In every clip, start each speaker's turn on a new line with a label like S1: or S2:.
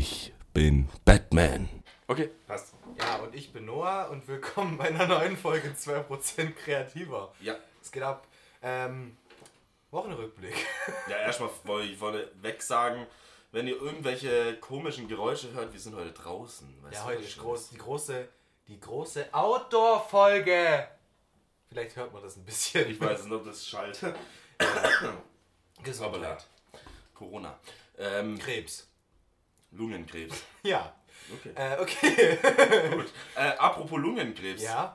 S1: Ich bin Batman.
S2: Okay, passt.
S3: Ja, und ich bin Noah und willkommen bei einer neuen Folge 2% kreativer.
S2: Ja.
S3: Es geht ab. Wochenrückblick.
S2: Ja, erstmal wollte ich vorneweg sagen, wenn ihr irgendwelche komischen Geräusche hört, wir sind heute draußen. Weißt
S3: Ja,
S2: du,
S3: heute
S2: was
S3: ist
S2: schön
S3: die große Outdoor-Folge. Vielleicht hört man das ein bisschen.
S2: Ich weiß nicht, ob das schallt.
S3: Gesundheit.
S2: Corona.
S3: Krebs.
S2: Lungenkrebs.
S3: Ja.
S2: Okay.
S3: Okay.
S2: Gut. Apropos Lungenkrebs.
S3: Ja.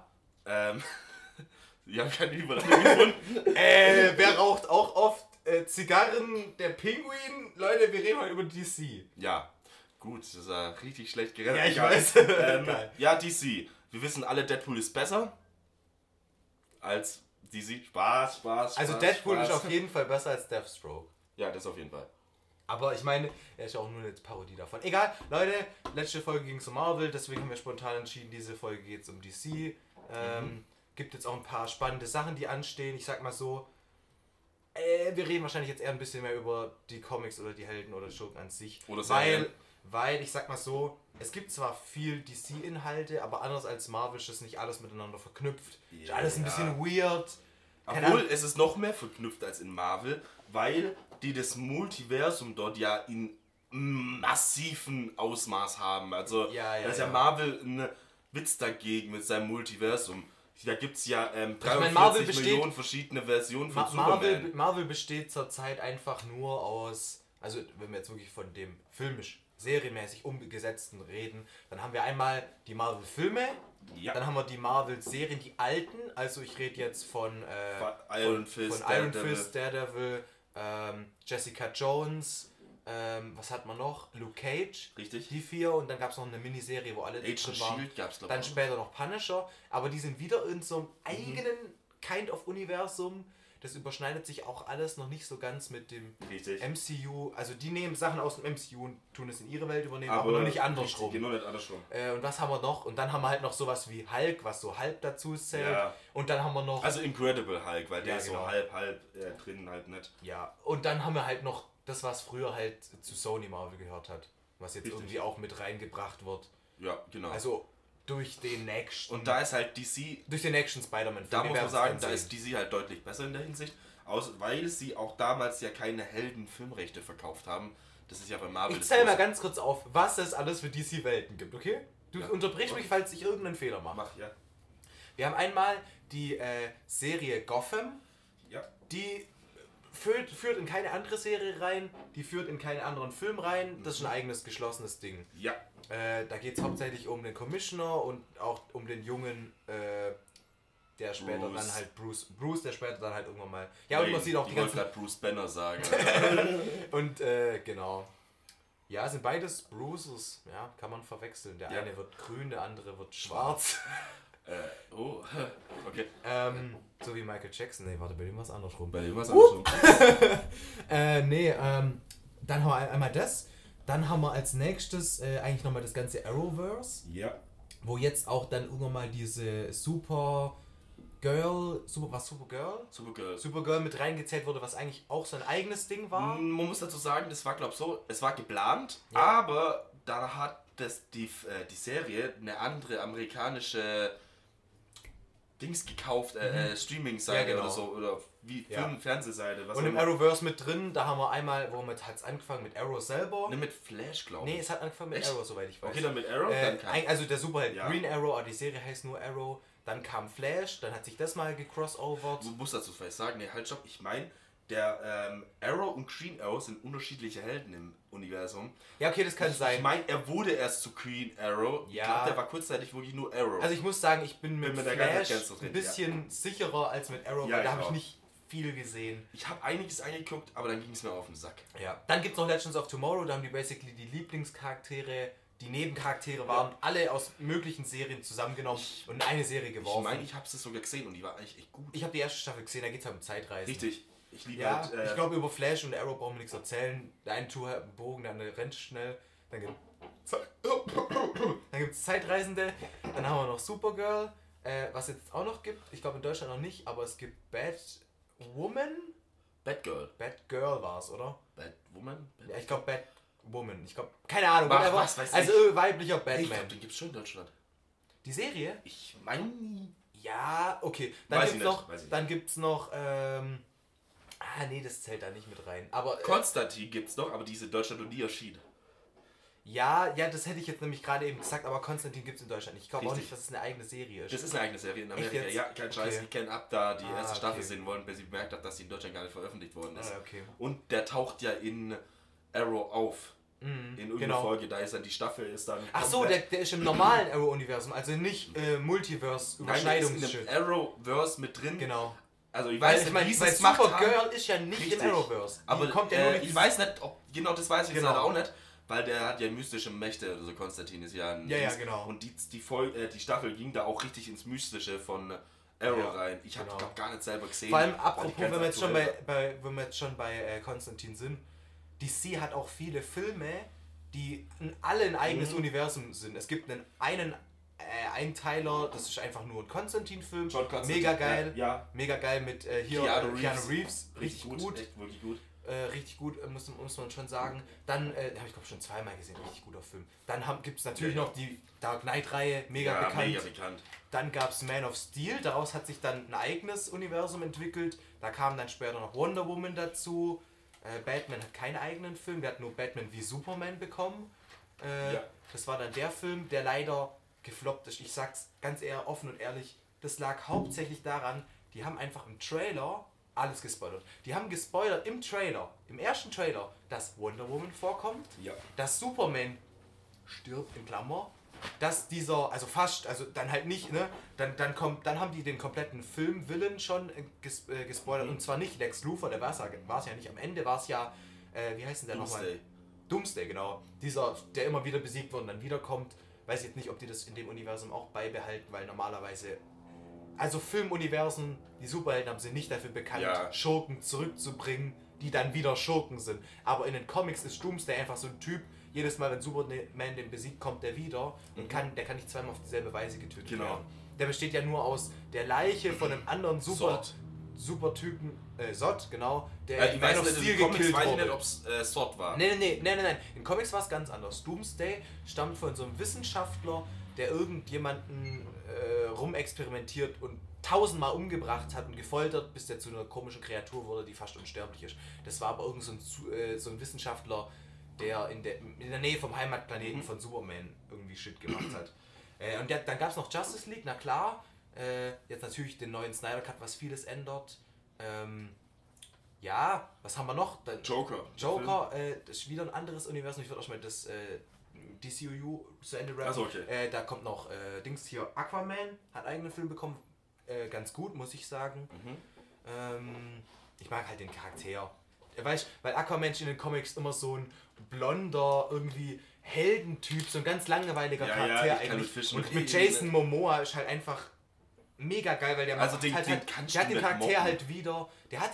S2: Wir haben keine Überleitung gefunden.
S3: Wer raucht auch oft Zigarren? Der Pinguin? Leute, wir reden heute über DC.
S2: Ja. Gut, das ist ja richtig schlecht gerettet.
S3: Ja, ich
S2: Egal.
S3: weiß. Geil.
S2: Ja, DC. Wir wissen alle, Deadpool ist besser als DC. Spaß.
S3: Also Deadpool ist auf jeden Fall besser als Deathstroke.
S2: Ja, das auf jeden Fall.
S3: Aber ich meine, er ist ja auch nur eine Parodie davon. Egal, Leute, letzte Folge ging es um Marvel, deswegen haben wir spontan entschieden, diese Folge geht es um DC. Gibt jetzt auch ein paar spannende Sachen, die anstehen. Ich sag mal so, wir reden wahrscheinlich jetzt eher ein bisschen mehr über die Comics oder die Helden oder Schurken an sich.
S2: Oder Serien.
S3: Weil, ich sag mal so, es gibt zwar viel DC-Inhalte, aber anders als Marvel ist das nicht alles miteinander verknüpft. Ist alles ein bisschen weird.
S2: Obwohl, es ist noch mehr verknüpft als in Marvel, weil die das Multiversum dort ja in massiven Ausmaß haben. Also, da ist ja Marvel ein Witz dagegen mit seinem Multiversum. Da gibt es ja 43 Millionen verschiedene Versionen von Superman.
S3: Marvel besteht zurzeit einfach nur aus, also wenn wir jetzt wirklich von dem filmisch, serienmäßig umgesetzten reden, dann haben wir einmal die Marvel-Filme, dann haben wir die Marvel-Serien, die alten, also ich rede jetzt von Iron Fist, Daredevil, Jessica Jones, was hat man noch? Luke Cage.
S2: Richtig.
S3: Die 4 und dann gab es noch eine Miniserie, wo alle
S2: Agent
S3: drin waren.
S2: Shield gab's,
S3: dann später noch Punisher, aber die sind wieder in so einem eigenen Kind of Universum. Das überschneidet sich auch alles noch nicht so ganz mit dem MCU. Also die nehmen Sachen aus dem MCU und tun es in ihre Welt übernehmen, aber noch nicht andersrum.
S2: Genau, nicht andersrum.
S3: Und was haben wir noch? Und dann haben wir halt noch sowas wie Hulk, was so halb dazu zählt.
S2: Ja.
S3: Und dann haben wir noch...
S2: Also Incredible Hulk, weil der
S3: Ja,
S2: ist
S3: genau.
S2: so halb drin, halb nicht.
S3: Ja, und dann haben wir halt noch das, was früher halt zu Sony Marvel gehört hat. Was jetzt irgendwie auch mit reingebracht wird.
S2: Ja, genau.
S3: Also durch den nächsten...
S2: Und da ist halt DC...
S3: Durch den nächsten Spider-Man-Film.
S2: Da muss man sagen, da ist DC halt deutlich besser in der Hinsicht. Weil sie auch damals ja keine Helden-Filmrechte verkauft haben. Das ist ja bei Marvel...
S3: Ich zähle mal ganz kurz auf, was es alles für DC-Welten gibt, okay? Du unterbrichst mich, falls ich irgendeinen Fehler mache.
S2: Ja.
S3: Wir haben einmal die Serie Gotham.
S2: Ja.
S3: Die führt in keine andere Serie rein, die führt in keinen anderen Film rein. Das ist ein eigenes, geschlossenes Ding.
S2: Ja.
S3: Da geht es hauptsächlich um den Commissioner und auch um den jungen, der später dann halt Bruce, der später dann halt irgendwann mal... Ja, und man sieht auch die ganzen...
S2: Bruce Banner sagen.
S3: Und genau. Ja, sind beides Bruces, ja, kann man verwechseln. Der eine wird grün, der andere wird schwarz.
S2: Okay.
S3: So wie Michael Jackson. Nee, warte, bei dem war es andersrum.
S2: Bei dem war es andersrum.
S3: Dann haben wir einmal das. Dann haben wir als nächstes eigentlich nochmal das ganze Arrowverse.
S2: Ja.
S3: Wo jetzt auch dann irgendwann mal diese Supergirl mit reingezählt wurde, was eigentlich auch sein eigenes Ding war.
S2: Man muss dazu sagen, das war, glaube ich, so, es war geplant, aber da hat die Serie eine andere amerikanische Dings gekauft, Streaming-Seite oder so, oder wie Fernsehseite. Was
S3: und im Arrowverse mit drin, da haben wir einmal, womit hat es angefangen? Mit Arrow selber?
S2: Ne, mit Flash, glaube ich.
S3: Nee, es hat angefangen mit Arrow, soweit ich weiß.
S2: Okay, dann mit Arrow, dann kam...
S3: Also der Superheld Green Arrow, aber die Serie heißt nur Arrow. Dann kam Flash, dann hat sich das mal gecrossovert.
S2: Du musst dazu vielleicht sagen, nee, halt stopp, ich meine, der Arrow und Green Arrow sind unterschiedliche Helden im Universum.
S3: Ja, okay, das kann sein.
S2: Ich meine, er wurde erst zu Green Arrow.
S3: Ja.
S2: Ich glaube, der war kurzzeitig wirklich nur Arrow.
S3: Also ich muss sagen, ich bin mit Flash
S2: ein
S3: bisschen sicherer als mit Arrow, weil da habe ich nicht viel gesehen.
S2: Ich habe einiges angeguckt, aber dann ging es mir auf den Sack.
S3: Ja. Dann gibt es noch Legends of Tomorrow, da haben die basically die Lieblingscharaktere, die Nebencharaktere waren alle aus möglichen Serien zusammengenommen und in eine Serie geworfen.
S2: Ich meine, ich habe es sogar gesehen und die war eigentlich echt gut.
S3: Ich habe die erste Staffel gesehen, da geht es halt um Zeitreisen.
S2: Richtig. Ich liebe
S3: halt, ich glaube, über Flash und Arrow brauchen wir nichts erzählen. Der eine Tour hat einen Bogen, der andere rennt schnell. Dann gibt es Zeitreisende. Dann haben wir noch Supergirl, was jetzt auch noch gibt. Ich glaube in Deutschland noch nicht, aber es gibt Batwoman.
S2: Batgirl.
S3: Batgirl war es, oder?
S2: Batwoman?
S3: Ja, ich glaube Woman. Ich glaube, keine Ahnung.
S2: Was weiß
S3: also weiblicher Batman. Ich glaube,
S2: den gibt's schon in Deutschland.
S3: Die Serie?
S2: Ich meine...
S3: Ja, okay. Dann gibt's noch, nee, das zählt da nicht mit rein. Aber
S2: Konstantin gibt's noch, aber diese in Deutschland noch nie erschienen.
S3: Ja, das hätte ich jetzt nämlich gerade eben gesagt, aber Konstantin gibt es in Deutschland nicht. Ich glaube auch nicht, dass es eine eigene Serie ist.
S2: Das ist eine eigene Serie in Amerika. Ja, kein Scheiß. Okay. Ich kenne ab da die erste Staffel sehen wollen, bis sie bemerkt hat, dass sie in Deutschland gar nicht veröffentlicht worden ist.
S3: Okay.
S2: Und der taucht ja in Arrow auf. In irgendeiner Folge, da ist dann die Staffel ist dann.
S3: Ach so, der ist im normalen Arrow-Universum, also nicht Multiverse-Überschneidungsshit.
S2: Nein, der ist in dem Arrowverse mit drin.
S3: Genau.
S2: Also ich weiß
S3: nicht, wie sie es gemacht haben. Supergirl ist ja nicht im Arrowverse.
S2: Aber kommt ja nur ich weiß nicht, ob genau das weiß ich jetzt leider auch nicht. Weil der hat ja mystische Mächte, also Konstantin ist ja ein...
S3: Ja, genau.
S2: Und die Staffel ging da auch richtig ins Mystische von Arrow rein. Ich habe gar nicht selber gesehen.
S3: Vor allem, apropos, wenn wir jetzt schon bei Konstantin sind, DC hat auch viele Filme, die alle ein eigenes Universum sind. Es gibt einen Einteiler, das ist einfach nur ein Konstantin-Film. Mega geil.
S2: Ja.
S3: Mega geil mit Keanu Reeves.
S2: Richtig gut. Echt wirklich gut.
S3: Richtig gut, muss man schon sagen. Dann, habe ich glaube schon zweimal gesehen, richtig guter Film. Dann gibt es natürlich noch die Dark Knight-Reihe, mega bekannt. Dann gab es Man of Steel, daraus hat sich dann ein eigenes Universum entwickelt. Da kam dann später noch Wonder Woman dazu. Batman hat keinen eigenen Film, der hat nur Batman wie Superman bekommen. Das war dann der Film, der leider gefloppt ist. Ich sag's ganz eher offen und ehrlich, das lag hauptsächlich daran, die haben einfach im Trailer alles gespoilert. Die haben gespoilert im ersten Trailer, dass Wonder Woman vorkommt, dass Superman stirbt, in Klammer, dass dann halt nicht, ne, dann haben die den kompletten Film-Villain schon gespoilert, und zwar nicht Lex Luthor, der war es ja nicht, am Ende war es ja, wie heißt denn der nochmal? Doomsday, genau. Dieser, der immer wieder besiegt wird und dann wiederkommt. Weiß jetzt nicht, ob die das in dem Universum auch beibehalten, weil normalerweise... Also Filmuniversen, die Superhelden haben sie nicht dafür bekannt, Schurken zurückzubringen, die dann wieder Schurken sind. Aber in den Comics ist Doomsday einfach so ein Typ, jedes Mal, wenn Superman den besiegt, kommt der wieder und der kann nicht zweimal auf dieselbe Weise getötet werden. Der besteht ja nur aus der Leiche von einem anderen Supertypen, Zod, genau, der
S2: in Man of Steel gekillt wurde. Ich weiß nicht, ob es Zod war.
S3: Nein. In Comics war es ganz anders. Doomsday stammt von so einem Wissenschaftler, der irgendjemanden rumexperimentiert und 1000-mal umgebracht hat und gefoltert, bis der zu einer komischen Kreatur wurde, die fast unsterblich ist. Das war aber irgend so ein Wissenschaftler, der in der Nähe vom Heimatplaneten von Superman irgendwie Shit gemacht hat. Und dann gab es noch Justice League, na klar. Jetzt natürlich den neuen Snyder Cut, was vieles ändert. Was haben wir noch? Joker, das ist wieder ein anderes Universum. Ich würde auch mal das DCU zu Ende rappen.
S2: Okay.
S3: Da kommt noch Aquaman, hat einen eigenen Film bekommen. Ganz gut, muss ich sagen. Ich mag halt den Charakter. Weißt, weil Aquaman ist in den Comics immer so ein blonder, irgendwie Heldentyp, so ein ganz langweiliger Charakter eigentlich. Und mit Jason Momoa ist halt einfach mega geil, weil der hat den Charakter halt wieder,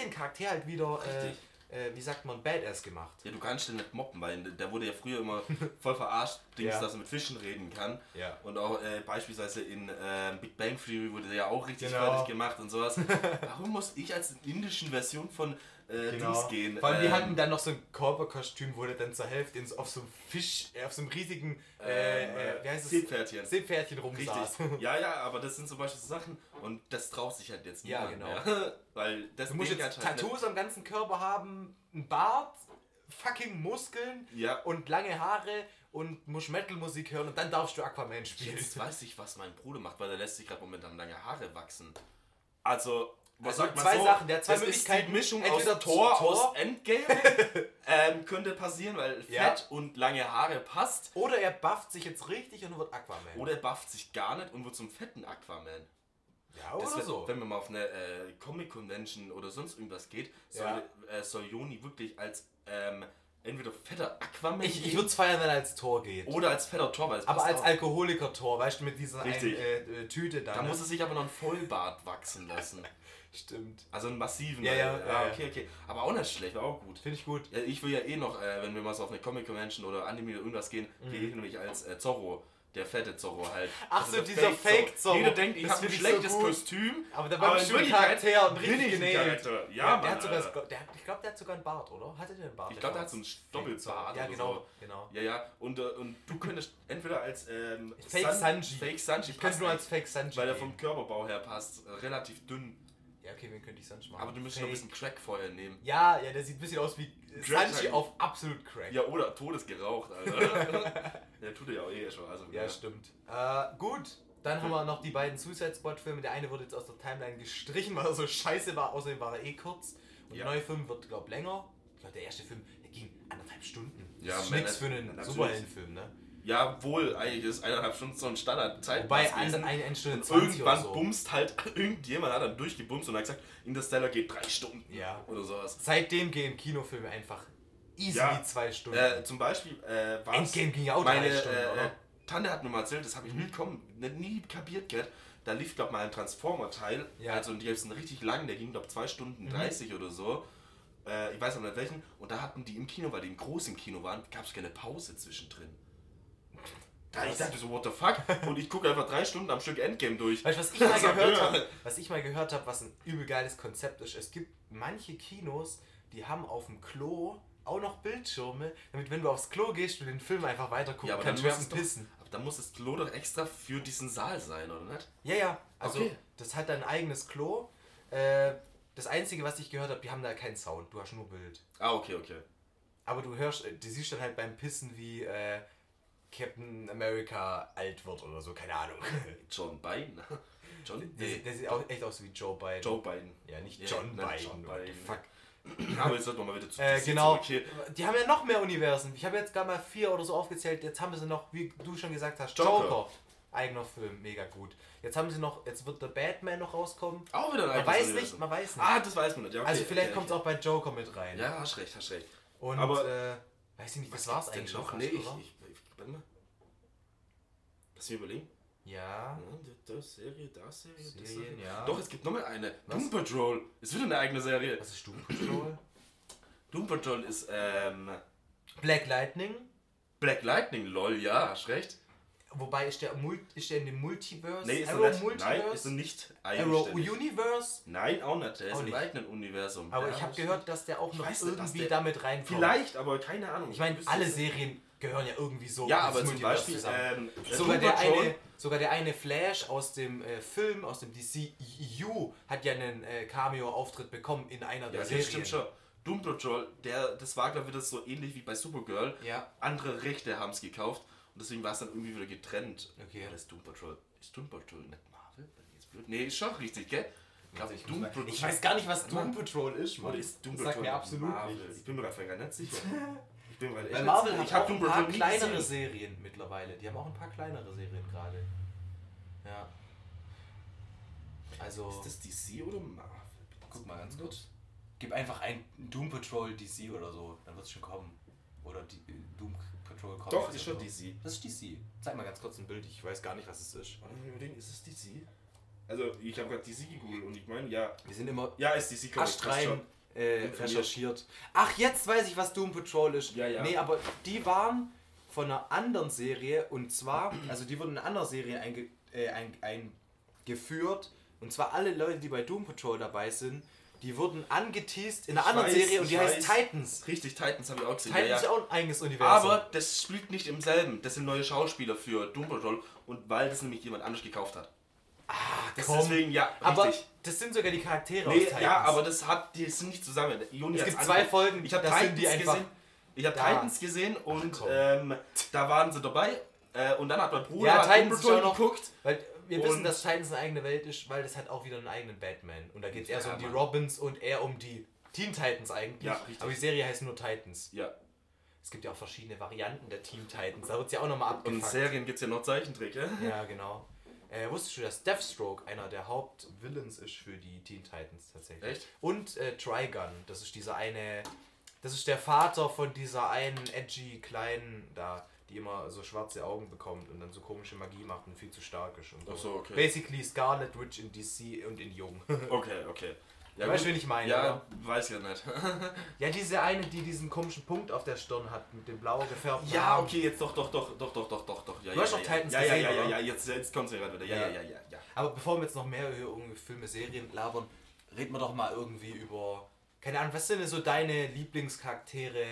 S3: wie sagt man, Badass gemacht.
S2: Ja, du kannst den nicht moppen, weil der wurde ja früher immer voll verarscht, dass er mit Fischen reden kann.
S3: Ja.
S2: Und auch beispielsweise in Big Bang Theory wurde der ja auch richtig fertig gemacht und sowas. Warum muss ich als indischen Version von Dings gehen?
S3: Vor allem, die hatten dann noch so ein Körperkostüm, wo der dann zur Hälfte auf so einem Fisch, auf so einem riesigen wie heißt es? Seepferdchen rumsaß.
S2: Ja, aber das sind zum Beispiel so Sachen und das traut sich halt jetzt nicht.
S3: Ja, genau.
S2: Ja. Weil das
S3: du musst jetzt Tattoos am ganzen Körper haben, einen Bart, fucking Muskeln und lange Haare und musst Metal-Musik hören und dann darfst du Aquaman spielen.
S2: Jetzt weiß ich, was mein Bruder macht, weil der lässt sich gerade momentan lange Haare wachsen. Also...
S3: Sachen, der hat zwei Möglichkeiten.
S2: Die Mischung aus Thor aus Endgame könnte passieren, weil Fett und lange Haare passt.
S3: Oder er bufft sich jetzt richtig und wird Aquaman.
S2: Oder er bufft sich gar nicht und wird zum fetten Aquaman.
S3: Ja, oder so.
S2: Wenn man mal auf eine Comic-Convention oder sonst irgendwas geht, soll Joni wirklich als entweder fetter Aquaman
S3: Ich würde es feiern, wenn er als Thor geht.
S2: Oder als fetter Thor, weil es
S3: aber als Alkoholiker-Tor, weißt du, mit dieser Tüte da.
S2: Da muss er sich aber noch einen Vollbart wachsen lassen.
S3: Stimmt.
S2: Also einen massiven. Okay. Aber auch nicht schlecht, war auch gut.
S3: Finde ich gut.
S2: Ich will ja noch, wenn wir mal so auf eine Comic-Convention oder Anime oder irgendwas gehen, gehe ich nämlich als Zorro Der fette Zorro halt.
S3: Ach so, dieser Fake-Zorro.
S2: Jeder denkt, ich habe ein schlechtes Kostüm.
S3: Aber der war bestimmt ein Charakter und richtig genäht.
S2: Ja,
S3: der hat sogar, ich glaube, der hat sogar einen Bart, oder? Hatte der einen Bart?
S2: Ich glaube, der hat so einen Doppelbart.
S3: Ja,
S2: genau. Ja. Und du könntest entweder als
S3: Fake Sanji.
S2: Ich
S3: könnte nur als Fake Sanji.
S2: Weil er vom Körperbau her passt. Relativ dünn.
S3: Ja, okay, wen könnte ich sonst machen?
S2: Aber du müsstest noch ein bisschen Crack vorher nehmen.
S3: Ja, der sieht ein bisschen aus wie Sanji auf absolut Crack.
S2: Ja, oder todesgeraucht, Alter. Der tut ja auch schon. Also,
S3: ja, stimmt. Gut, dann haben wir noch die beiden Suicide Squad-Filme. Der eine wurde jetzt aus der Timeline gestrichen, weil er so scheiße war. Außerdem war er kurz. Und der neue Film wird, glaube ich, länger. Ich glaube, der erste Film, der ging 1,5 Stunden.
S2: Ja,
S3: das ist nichts für einen Superheldenfilm, ne?
S2: Ja, wohl, eigentlich ist 1,5 Stunden so ein Standardzeit.
S3: Wobei eine Stunde 20
S2: irgendwann
S3: oder so.
S2: bumst halt, irgendjemand hat dann durchgebumst und hat gesagt, Interstellar geht 3 Stunden.
S3: Ja.
S2: Oder sowas.
S3: Seitdem gehen Kinofilme einfach easy 2 Stunden.
S2: Zum Beispiel,
S3: Endgame ging ja auch 3 Stunden, oder?
S2: Tante hat mir mal erzählt, das habe ich nie kapiert gehabt. Da lief, glaube ich, mal ein Transformer-Teil. Ja. Also, und die ist einen richtig lang, der ging, glaube ich, 2 Stunden 30 oder so. Ich weiß noch nicht welchen. Und da hatten die im Kino, weil die groß im Kino waren, gab es keine Pause zwischendrin. Ich dachte so, what the fuck? Und ich gucke einfach 3 Stunden am Stück Endgame durch.
S3: Weißt du, was ich mal gehört habe, was ein übel geiles Konzept ist? Es gibt manche Kinos, die haben auf dem Klo auch noch Bildschirme, damit, wenn du aufs Klo gehst, du den Film einfach weiter gucken kannst, während pissen.
S2: Aber dann muss das Klo doch extra für diesen Saal sein, oder nicht?
S3: Ja. Also, das hat ein eigenes Klo. Das Einzige, was ich gehört habe, die haben da keinen Sound, du hast nur Bild.
S2: Ah, okay.
S3: Aber du siehst dann halt beim Pissen, wie Captain America alt wird oder so, keine Ahnung.
S2: John Biden?
S3: Der sieht auch echt aus wie Joe Biden.
S2: Joe Biden.
S3: Ja, nicht John Biden.
S2: Fuck. Aber jetzt sollten wir mal wieder zu
S3: genau. Die haben ja noch mehr Universen. Ich habe jetzt gar mal 4 oder so aufgezählt. Jetzt haben sie noch, wie du schon gesagt hast, Joker. Eigener Film, mega gut. Jetzt wird der Batman noch rauskommen.
S2: Auch wieder ein
S3: eigenes Universum. Man weiß nicht.
S2: Ah, das weiß man nicht. Ja, okay.
S3: Also vielleicht kommt es auch bei Joker mit rein.
S2: Ja, hast recht.
S3: Und,
S2: aber
S3: weiß ich nicht, das war's eigentlich
S2: noch. Nee, warte mal. Lass mich überlegen.
S3: Ja.
S2: Das Serie.
S3: Ja.
S2: Doch, es gibt noch mal eine. Was? Doom Patrol. Ist wieder eine eigene Serie.
S3: Was ist Doom Patrol?
S2: Doom Patrol ist,
S3: Black Lightning.
S2: Black Lightning, lol, ja, hast recht.
S3: Wobei, ist der in dem Multiverse?
S2: Nee, ist
S3: Arrow
S2: er nicht.
S3: Multiverse?
S2: Nein, ist er nicht
S3: Arrow Universe?
S2: Nein, auch nicht. Der ist im eigenen Universum.
S3: Aber ich habe gehört, dass der auch noch irgendwie damit reinkommt.
S2: Vielleicht, aber keine Ahnung.
S3: Ich meine, alle Serien gehören ja irgendwie so.
S2: Ja, aber zum Beispiel
S3: sogar der eine Flash aus dem Film, aus dem DCU, hat ja einen Cameo-Auftritt bekommen in einer der Serien.
S2: Ja, stimmt schon. Doom Patrol, das war, glaube ich, das so ähnlich wie bei Supergirl.
S3: Ja.
S2: Andere Rechte haben es gekauft und deswegen war es dann irgendwie wieder getrennt.
S3: Okay.
S2: Das Doom Patrol. Ist Doom Patrol nicht Marvel? Jetzt blöd. Nee, ist schon richtig, gell?
S3: Ich weiß gar nicht, was Doom Patrol ist, Mann.
S2: Ist Doom
S3: Patrol sagt mir absolut
S2: Marvel.
S3: nichts.
S2: Ich bin mir gerade nicht sicher.
S3: Weil Marvel hat auch ein paar kleinere Serien mittlerweile. Die haben auch ein paar kleinere Serien gerade. Ja. Also.
S2: Ist das DC oder Marvel?
S3: Guck mal ganz kurz. Gib einfach ein Doom Patrol DC oder so, dann wird es schon kommen. Oder die Doom Patrol kommt.
S2: Doch, ist schon DC.
S3: Das ist DC. Zeig mal ganz kurz ein Bild, ich weiß gar nicht, was es ist.
S2: Ist es DC? Also, ich habe gerade DC gegoogelt und ich meine, ja.
S3: Wir sind immer.
S2: Ja, ist DC
S3: astrein recherchiert. Ach, jetzt weiß ich, was Doom Patrol ist.
S2: Ja.
S3: Nee, aber die waren von einer anderen Serie und zwar, also die wurden in einer Serie eingeführt und zwar alle Leute, die bei Doom Patrol dabei sind, die wurden angeteased in einer anderen Serie und die heißt Titans.
S2: Richtig, Titans habe ich auch gesehen.
S3: Titans ist auch ein eigenes Universum.
S2: Aber das spielt nicht im selben. Das sind neue Schauspieler für Doom Patrol und weil das nämlich jemand anders gekauft hat.
S3: Das
S2: deswegen, ja, richtig.
S3: Aber das sind sogar die Charaktere aus Titans.
S2: Ja, aber die sind nicht zusammen.
S3: Es gibt 2 Folgen,
S2: ich habe Titans gesehen und da waren sie dabei und dann hat mein Bruder
S3: Titans
S2: geguckt.
S3: Weil wir wissen, dass Titans eine eigene Welt ist, weil das hat auch wieder einen eigenen Batman. Und da geht es eher so um die Robins und eher um die Teen Titans eigentlich.
S2: Ja,
S3: aber die Serie heißt nur Titans.
S2: Ja.
S3: Es gibt ja auch verschiedene Varianten der Teen Titans. Da wird es ja auch nochmal abgefuckt.
S2: Und in Serien gibt es ja noch Zeichentrick, ja?
S3: Ja, genau. Wusstest du, dass Deathstroke einer der Hauptvillains ist für die Teen Titans tatsächlich?
S2: Echt?
S3: Und Trigun, das ist der Vater von dieser einen edgy Kleinen da, die immer so schwarze Augen bekommt und dann so komische Magie macht und viel zu stark ist. Und so.
S2: Ach so, okay.
S3: Basically Scarlet Witch in DC und in Jung.
S2: Okay. Ja,
S3: weißt du, wen ich meine?
S2: Ja, oder? Weiß ja nicht.
S3: Ja, diese eine, die diesen komischen Punkt auf der Stirn hat, mit dem blau gefärbten
S2: Ja,
S3: Arm.
S2: okay, jetzt doch. Ja,
S3: du hast doch Titans gesehen,
S2: ja, jetzt kommt's ja gerade wieder. Ja.
S3: Aber bevor wir jetzt noch mehr über irgendwie Filme, Serien labern, reden wir doch mal irgendwie über, keine Ahnung, was sind denn so deine Lieblingscharaktere,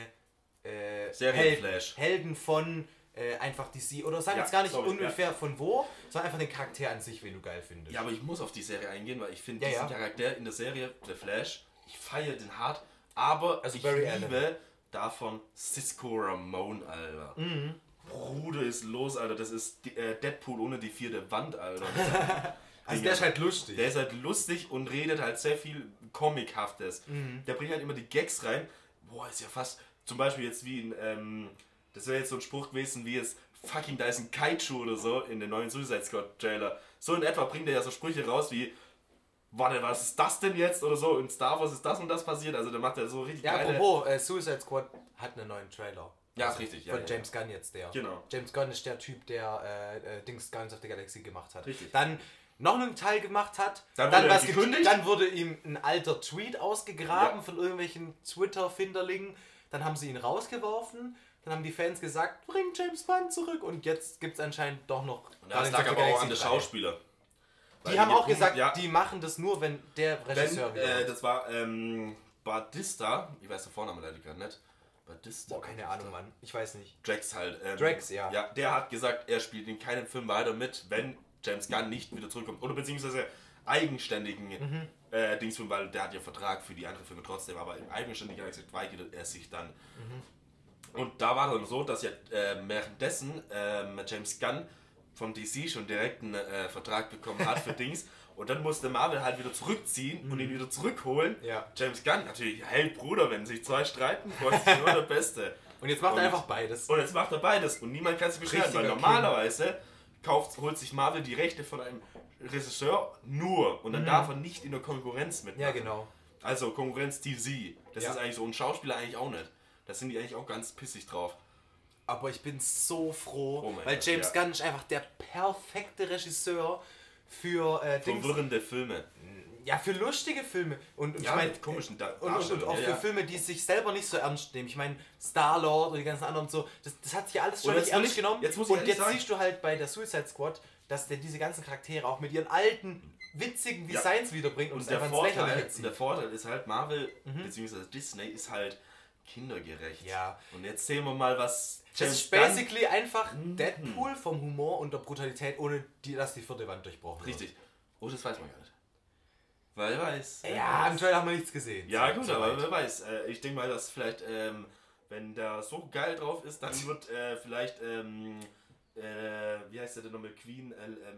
S3: Helden von einfach DC, oder sag jetzt gar nicht ungefähr von wo, sondern einfach den Charakter an sich, wen du geil findest.
S2: Ja, aber ich muss auf die Serie eingehen, weil ich finde diesen Charakter in der Serie, The Flash, ich feiere den hart, aber ich liebe davon Cisco Ramon, Alter. Mhm. Bruder ist los, Alter, das ist Deadpool ohne die 4. Wand, Alter.
S3: Also der ist halt lustig.
S2: Der ist halt lustig und redet halt sehr viel Comichaftes. Mhm. Der bringt halt immer die Gags rein. Boah, ist ja fast, zum Beispiel jetzt wie in, das wäre jetzt so ein Spruch gewesen wie es fucking, da ist ein Kaiju oder so in den neuen Suicide Squad Trailer. So in etwa bringt er ja so Sprüche raus wie, warte, was ist das denn jetzt? Oder so, in Star Wars ist das und das passiert. Also da macht er so richtig geile...
S3: apropos, Suicide Squad hat einen neuen Trailer.
S2: Ja, ist richtig.
S3: Von James Gunn jetzt der.
S2: Genau.
S3: James Gunn ist der Typ, der Guardians of the Galaxy gemacht hat.
S2: Richtig.
S3: Dann noch einen Teil gemacht hat, dann wurde ihm ein alter Tweet ausgegraben von irgendwelchen Twitter-Finderlingen, dann haben sie ihn rausgeworfen, dann haben die Fans gesagt, bring James Gunn zurück und jetzt gibt es anscheinend doch noch...
S2: Und das lag aber auch an den Schauspieler.
S3: Die haben auch gesagt, die machen das nur, wenn der Regisseur wieder...
S2: Das war Batista, ich weiß den Vornamen leider gar nicht. Batista.
S3: Boah, keine Ahnung, Mann. Ich weiß nicht.
S2: Drax halt.
S3: Drax, ja.
S2: Ja, der hat gesagt, er spielt in keinem Film weiter mit, wenn James Gunn nicht wieder zurückkommt. Oder beziehungsweise eigenständigen Dingsfilm, weil der hat ja Vertrag für die anderen Filme trotzdem, aber im eigenständigen weigert er sich dann. Mhm. Und da war dann so, dass ja währenddessen James Gunn von DC schon direkt einen Vertrag bekommen hat für Dings. Und dann musste Marvel halt wieder zurückziehen und ihn wieder zurückholen.
S3: Ja.
S2: James Gunn, natürlich, Bruder, wenn sich zwei streiten, Gott ist nur der Beste.
S3: Und jetzt macht er einfach beides.
S2: Und jetzt macht er beides und niemand kann sich beschweren, weil normalerweise holt sich Marvel die Rechte von einem Regisseur nur und dann darf er nicht in der Konkurrenz mitmachen.
S3: Ja, genau.
S2: Also Konkurrenz DC. Das ist eigentlich so, ein Schauspieler eigentlich auch nicht. Da sind die eigentlich auch ganz pissig drauf.
S3: Aber ich bin so froh, weil James Gunn ist einfach der perfekte Regisseur für
S2: verwirrende Filme.
S3: Ja, für lustige Filme. Und ich meine, komischen und auch für Filme, die sich selber nicht so ernst nehmen. Ich meine, Star-Lord und die ganzen anderen und so, das hat sich alles schon nicht ernst genommen. Jetzt siehst du halt bei der Suicide Squad, dass der diese ganzen Charaktere auch mit ihren alten, witzigen Designs wiederbringt und
S2: der Vorteil ist halt, Marvel bzw. Disney ist halt kindergerecht.
S3: Ja.
S2: Und jetzt sehen wir mal, was
S3: James ist basically einfach Deadpool vom Humor und der Brutalität, ohne dass die 4. Wand durchbrochen wird.
S2: Richtig. Oh, das weiß man gar nicht. Weil wer weiß.
S3: Ja, im Trailer haben wir nichts gesehen.
S2: Ja, gut, aber wer weiß. Ich denke mal, dass vielleicht, wenn der so geil drauf ist, dann wird vielleicht, wie heißt der denn nochmal? Queen,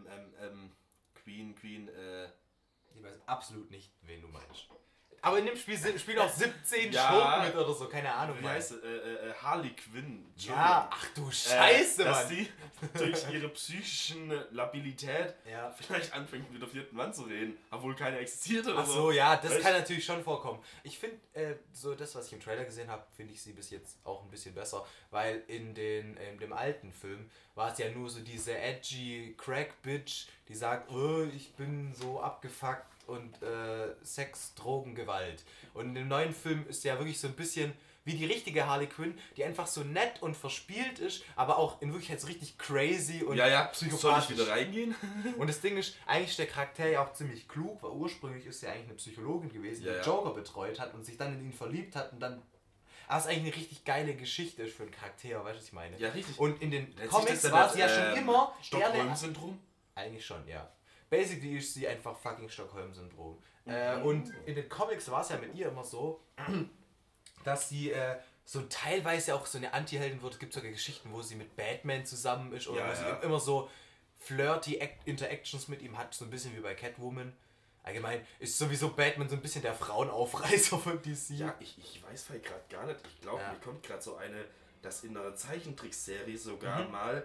S3: ich weiß absolut nicht, wen du meinst. Aber in dem Spiel spielen auch 17 Schurken mit oder so, keine Ahnung.
S2: Wie heißt Harley Quinn.
S3: Ja, ach du Scheiße,
S2: dass
S3: Mann.
S2: die durch ihre psychischen Labilität vielleicht anfängt mit der 4. Wand zu reden, obwohl keine existiert oder so.
S3: Ach so, ja, das kann natürlich schon vorkommen. Ich finde, so das, was ich im Trailer gesehen habe, finde ich sie bis jetzt auch ein bisschen besser, weil in dem alten Film war es ja nur so diese edgy Crack-Bitch, die sagt, oh, ich bin so abgefuckt und Sex, Drogen, Gewalt. Und in dem neuen Film ist ja wirklich so ein bisschen wie die richtige Harley Quinn, die einfach so nett und verspielt ist, aber auch in Wirklichkeit so richtig crazy und psychopathisch.
S2: Soll ich wieder reingehen?
S3: Und das Ding ist, eigentlich ist der Charakter ja auch ziemlich klug, weil ursprünglich ist sie eigentlich eine Psychologin gewesen, die Joker betreut hat und sich dann in ihn verliebt hat und dann... Aber es ist eigentlich eine richtig geile Geschichte für einen Charakter, weißt du, was ich meine?
S2: Ja, richtig.
S3: Und in den Comics war sie ja schon immer...
S2: Stockholm-Syndrom?
S3: Eigentlich schon, ja. Basically ist sie einfach fucking Stockholm-Syndrom. Und in den Comics war es ja mit ihr immer so, dass sie so teilweise auch so eine Anti-Heldin wird. Es gibt sogar Geschichten, wo sie mit Batman zusammen ist oder wo sie immer so flirty Interactions mit ihm hat, so ein bisschen wie bei Catwoman. Allgemein ist sowieso Batman so ein bisschen der Frauenaufreißer von DC.
S2: Ja, ich weiß vielleicht gerade gar nicht. Ich glaube, mir kommt gerade so eine, dass in einer Zeichentrickserie sogar mal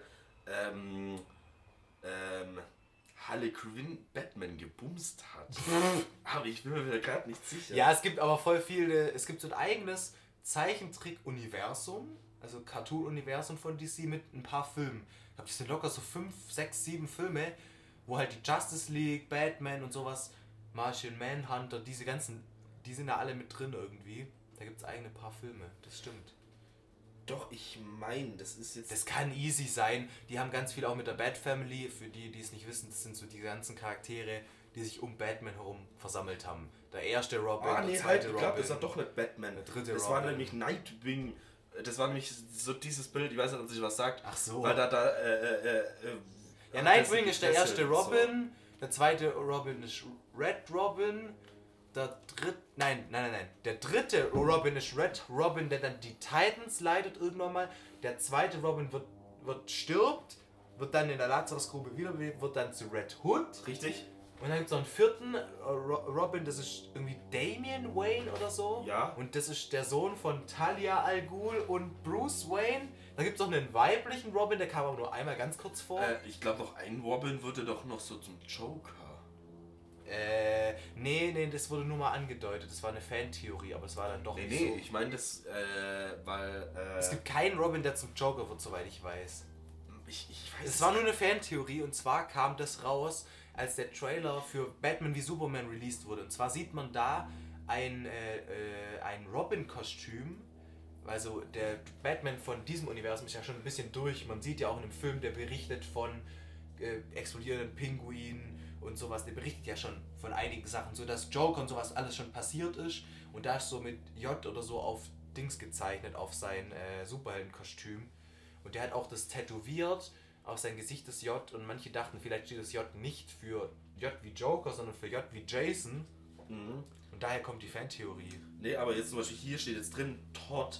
S2: Harley Quinn Batman gebumst hat. Aber ich bin mir gerade nicht sicher.
S3: Ja, es gibt aber voll viele, es gibt so ein eigenes Zeichentrick-Universum, also Cartoon-Universum von DC mit ein paar Filmen. Ich glaube, das sind locker so 5, 6, 7 Filme, wo halt die Justice League, Batman und sowas Martian Manhunter, diese ganzen, die sind da alle mit drin irgendwie. Da gibt es eigene paar Filme, das stimmt.
S2: Doch, ich meine, das ist jetzt...
S3: Das kann easy sein. Die haben ganz viel auch mit der Bat Family. Für die, die es nicht wissen, das sind so die ganzen Charaktere, die sich um Batman herum versammelt haben. Der erste Robin, der zweite Robin.
S2: Ich glaube, das war doch nicht Batman.
S3: Der dritte
S2: das
S3: Robin.
S2: war nämlich Nightwing. Das war nämlich so dieses Bild, ich weiß nicht, ob sich was sagt.
S3: Ach so.
S2: Weil
S3: ja, Nightwing ist der erste Robin. So. Der zweite Robin ist Red Robin. Der dritte Robin ist Red Robin, der dann die Titans leitet irgendwann mal. Der zweite Robin stirbt, wird dann in der Lazarusgrube wiederbelebt, wird dann zu Red Hood.
S2: Richtig.
S3: Und dann gibt es noch einen vierten Robin, das ist irgendwie Damian Wayne oder so.
S2: Ja.
S3: Und das ist der Sohn von Talia al Ghul und Bruce Wayne. Dann gibt es noch einen weiblichen Robin, der kam aber nur einmal ganz kurz vor.
S2: Ich glaube, noch ein Robin würde doch noch so zum Joker.
S3: Nee, das wurde nur mal angedeutet. Das war eine Fantheorie, aber es war dann doch nicht so.
S2: Nee, ich meine das, weil...
S3: Es gibt keinen Robin, der zum Joker wird, soweit ich weiß.
S2: Ich weiß
S3: es war nur eine Fantheorie und zwar kam das raus, als der Trailer für Batman wie Superman released wurde. Und zwar sieht man da ein Robin-Kostüm. Also der Batman von diesem Universum ist ja schon ein bisschen durch. Man sieht ja auch in dem Film, der berichtet von explodierenden Pinguinen und sowas. Der berichtet ja schon von einigen Sachen, so dass Joker und sowas alles schon passiert ist. Und da ist so mit J oder so auf Dings gezeichnet, auf sein Superheldenkostüm. Und der hat auch das tätowiert auf sein Gesicht, das J. Und manche dachten, vielleicht steht das J nicht für J wie Joker, sondern für J wie Jason. Mhm. Und daher kommt die Fantheorie.
S2: Nee, aber jetzt zum Beispiel hier steht jetzt drin, Todd,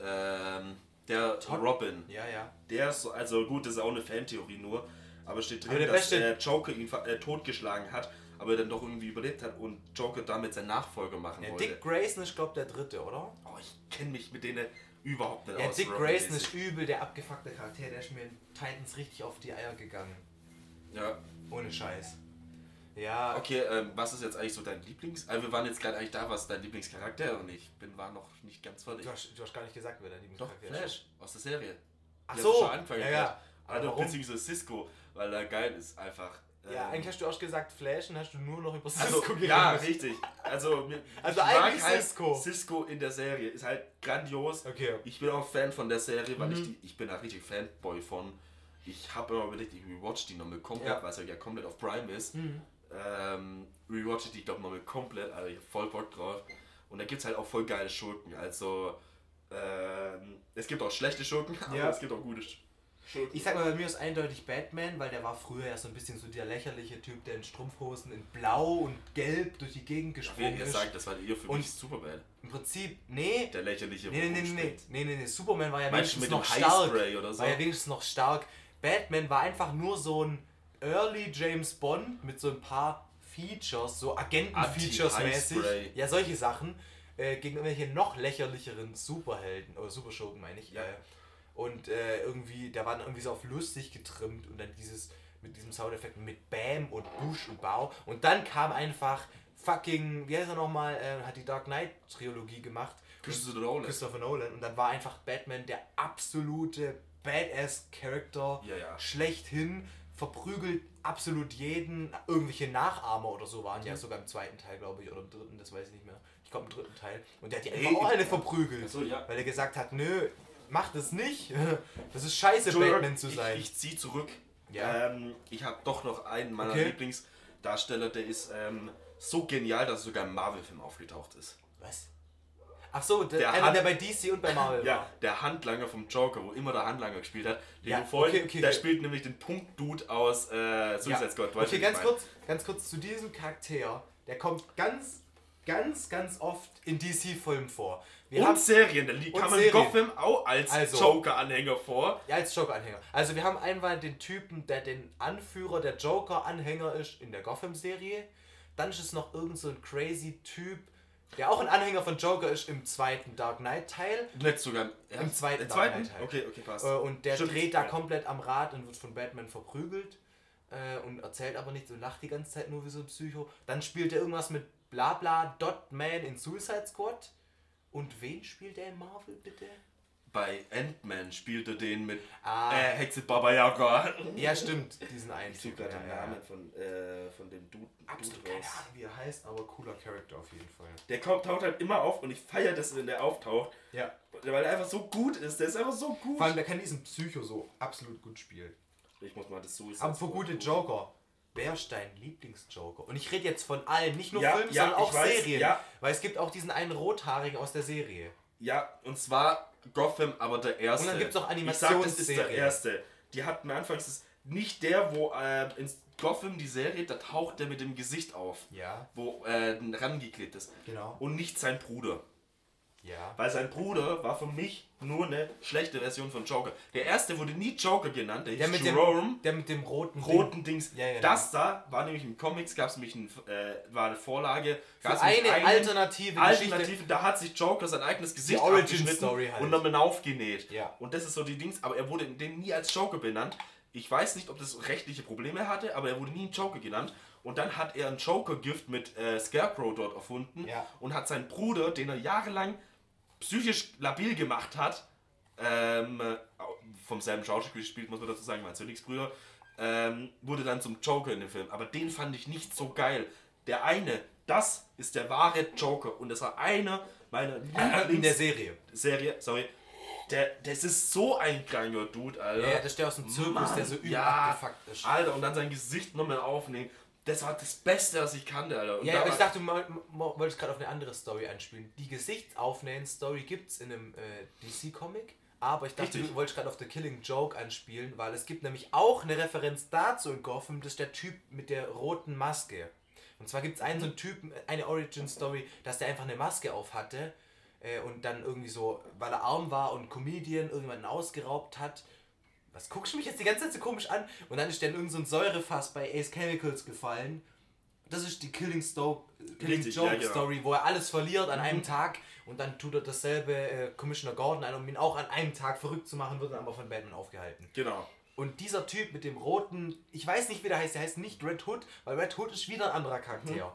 S2: der Todd? Robin.
S3: Ja.
S2: Der ist, also gut, das ist auch eine Fantheorie nur, aber steht drin, dass der Joker ihn totgeschlagen hat, aber er dann doch irgendwie überlebt hat und Joker damit seinen Nachfolger machen wollte.
S3: Dick Grayson ist, glaube ich, der dritte, oder?
S2: Oh, ich kenne mich mit denen überhaupt nicht
S3: aus. Dick Grayson ist übel der abgefuckte Charakter, der ist mir in Titans richtig auf die Eier gegangen.
S2: Ja.
S3: Ohne Scheiß. Ja.
S2: Okay, was ist jetzt eigentlich so dein wir waren jetzt gerade eigentlich da, was dein Lieblingscharakter und ich war noch nicht ganz fertig.
S3: Du hast gar nicht gesagt, wer dein Lieblingscharakter ist.
S2: Doch, Flash, aus der Serie.
S3: Ach so,
S2: schon anfangen
S3: ja.
S2: Also beziehungsweise Cisco, weil er geil ist einfach.
S3: Ja, eigentlich hast du auch gesagt Flash und hast du nur noch über Cisco geredet.
S2: Ja, richtig. Also
S3: eigentlich
S2: halt
S3: Cisco.
S2: Cisco in der Serie ist halt grandios.
S3: Okay.
S2: Ich bin auch Fan von der Serie, weil ich bin da richtig Fanboy von. Ich habe immer überlegt, ich rewatch die nochmal komplett, weil es ja komplett auf Prime ist. Rewatch die, glaube ich, nochmal komplett, also ich hab voll Bock drauf. Und da gibt es halt auch voll geile Schurken. Also, es gibt auch schlechte Schurken, aber es gibt auch gute Schurken.
S3: Ich sag mal, bei mir ist eindeutig Batman, weil der war früher ja so ein bisschen so der lächerliche Typ, der in Strumpfhosen in Blau und Gelb durch die Gegend gesprungen ist.
S2: Sagt, das war ihr für mich Superman.
S3: Im Prinzip, nee.
S2: Der lächerliche
S3: Nee, Superman war ja
S2: wenigstens noch stark. Oder so?
S3: War ja wenigstens noch stark. Batman war einfach nur so ein Early James Bond mit so ein paar Features, so Agenten-Features mäßig. Ja, solche Sachen. Gegen irgendwelche noch lächerlicheren Superhelden, oder Superschurken meine ich.
S2: Ja.
S3: Und irgendwie, der war dann irgendwie so auf lustig getrimmt und dann mit diesem Soundeffekt mit Bam und Busch und Bau. Und dann kam einfach fucking, wie heißt er nochmal, hat die Dark Knight Trilogie gemacht. Christopher Nolan. Und dann war einfach Batman der absolute Badass-Charakter schlechthin, verprügelt absolut jeden, irgendwelche Nachahmer oder so waren ja sogar im zweiten Teil, glaube ich, oder im dritten, das weiß ich nicht mehr. Ich glaube im dritten Teil. Und der hat die einfach auch alle verprügelt, weil er gesagt hat, nö, mach das nicht. Das ist scheiße, Batman zu sein.
S2: Ich zieh zurück. Ja. Ich habe doch noch einen meiner Lieblingsdarsteller, der ist so genial, dass er sogar im Marvel-Film aufgetaucht ist.
S3: Was? Ach so, der bei DC und bei Marvel war.
S2: Ja, der Handlanger vom Joker, wo immer der Handlanger gespielt hat. Der spielt nämlich den Punkt-Dude aus Suicide Squad.
S3: Okay, ganz kurz zu diesem Charakter. Der kommt ganz oft in DC-Filmen vor.
S2: Serien, da kam in Gotham auch als Joker-Anhänger vor.
S3: Ja, als Joker-Anhänger. Also wir haben einmal den Typen, der den Anführer der Joker-Anhänger ist in der Gotham-Serie. Dann ist es noch irgend so ein crazy Typ, der auch ein Anhänger von Joker ist im zweiten Dark Knight-Teil.
S2: Nicht sogar
S3: im zweiten Dark Knight-Teil.
S2: Okay, passt.
S3: Und der dreht da komplett am Rad und wird von Batman verprügelt. Und erzählt aber nichts und lacht die ganze Zeit nur wie so ein Psycho. Dann spielt er irgendwas mit Blabla Dot Man in Suicide Squad. Und wen spielt er in Marvel, bitte?
S2: bei Ant-Man spielt er den mit Hexe Baba Yaga.
S3: Ja, stimmt, diesen einen
S2: Typ. Ich gerade den Namen von dem Dude.
S3: Absolut keine Ahnung, wie er heißt, aber cooler Charakter auf jeden Fall.
S2: Der taucht halt immer auf und ich feiere das, wenn der auftaucht.
S3: Ja.
S2: Weil er einfach so gut ist. Der ist einfach so gut.
S3: Vor allem, der kann diesen Psycho so absolut gut spielen.
S2: Ich muss mal das Suicide
S3: Aber für gute Joker. Wer ist dein Lieblingsjoker? Und ich rede jetzt von allen, nicht nur Filmen, sondern auch Serien. Ja. Weil es gibt auch diesen einen Rothaarigen aus der Serie.
S2: Ja, und zwar Gotham, aber der erste.
S3: Und dann gibt es auch Animationsserien.
S2: Das ist der erste. Die hatten anfangs, das ist nicht der, wo in Gotham, die Serie, da taucht der mit dem Gesicht auf.
S3: Ja.
S2: Wo rangeklebt ist.
S3: Genau.
S2: Und nicht sein Bruder.
S3: Ja.
S2: Weil sein Bruder war für mich nur eine schlechte Version von Joker. Der erste wurde nie Joker genannt, der hieß Jerome.
S3: Der mit dem roten
S2: Dings.
S3: Ja, genau.
S2: Das da war nämlich im Comics, gab es nämlich war eine Vorlage.
S3: Für eine alternative Geschichte.
S2: Da hat sich Joker sein eigenes Gesicht
S3: abgeschnitten
S2: halt. Und dann aufgenäht.
S3: Ja.
S2: Und das ist so die Dings, aber er wurde in dem nie als Joker benannt. Ich weiß nicht, ob das rechtliche Probleme hatte, aber er wurde nie ein Joker genannt. Und dann hat er ein Joker-Gift mit Scarecrow dort erfunden und hat seinen Bruder, den er jahrelang psychisch labil gemacht hat, vom selben Schauspieler gespielt, muss man dazu sagen, mein Zwillingsbrüder, wurde dann zum Joker in dem Film. Aber den fand ich nicht so geil. Der eine, das ist der wahre Joker und das war einer meiner
S3: in der Serie,
S2: sorry. Das ist so ein kranker Dude, Alter.
S3: Ja, der steht aus dem Zirkus, der so abgefuckt ist.
S2: Alter, und dann sein Gesicht nochmal aufnehmen. Das war das Beste, was ich kannte, Alter. Und
S3: ja, aber ich dachte, du wolltest gerade auf eine andere Story anspielen. Die Gesichtsaufnähen-Story gibt es in einem DC-Comic, aber ich dachte, du wolltest gerade auf The Killing Joke anspielen, weil es gibt nämlich auch eine Referenz dazu in Gotham, das ist der Typ mit der roten Maske. Und zwar gibt es einen so einen Typen, eine Origin-Story, dass der einfach eine Maske auf hatte und dann irgendwie so, weil er arm war und Comedian irgendjemanden ausgeraubt hat. Was guckst du mich jetzt die ganze Zeit so komisch an? Und dann ist der in irgendein Säurefass bei Ace Chemicals gefallen. Das ist die Killing Joke Story, wo er alles verliert an einem Tag und dann tut er dasselbe Commissioner Gordon an, um ihn auch an einem Tag verrückt zu machen, wird dann aber von Batman aufgehalten.
S2: Genau.
S3: Und dieser Typ mit dem roten, ich weiß nicht, wie der heißt nicht Red Hood, weil Red Hood ist wieder ein anderer Charakter.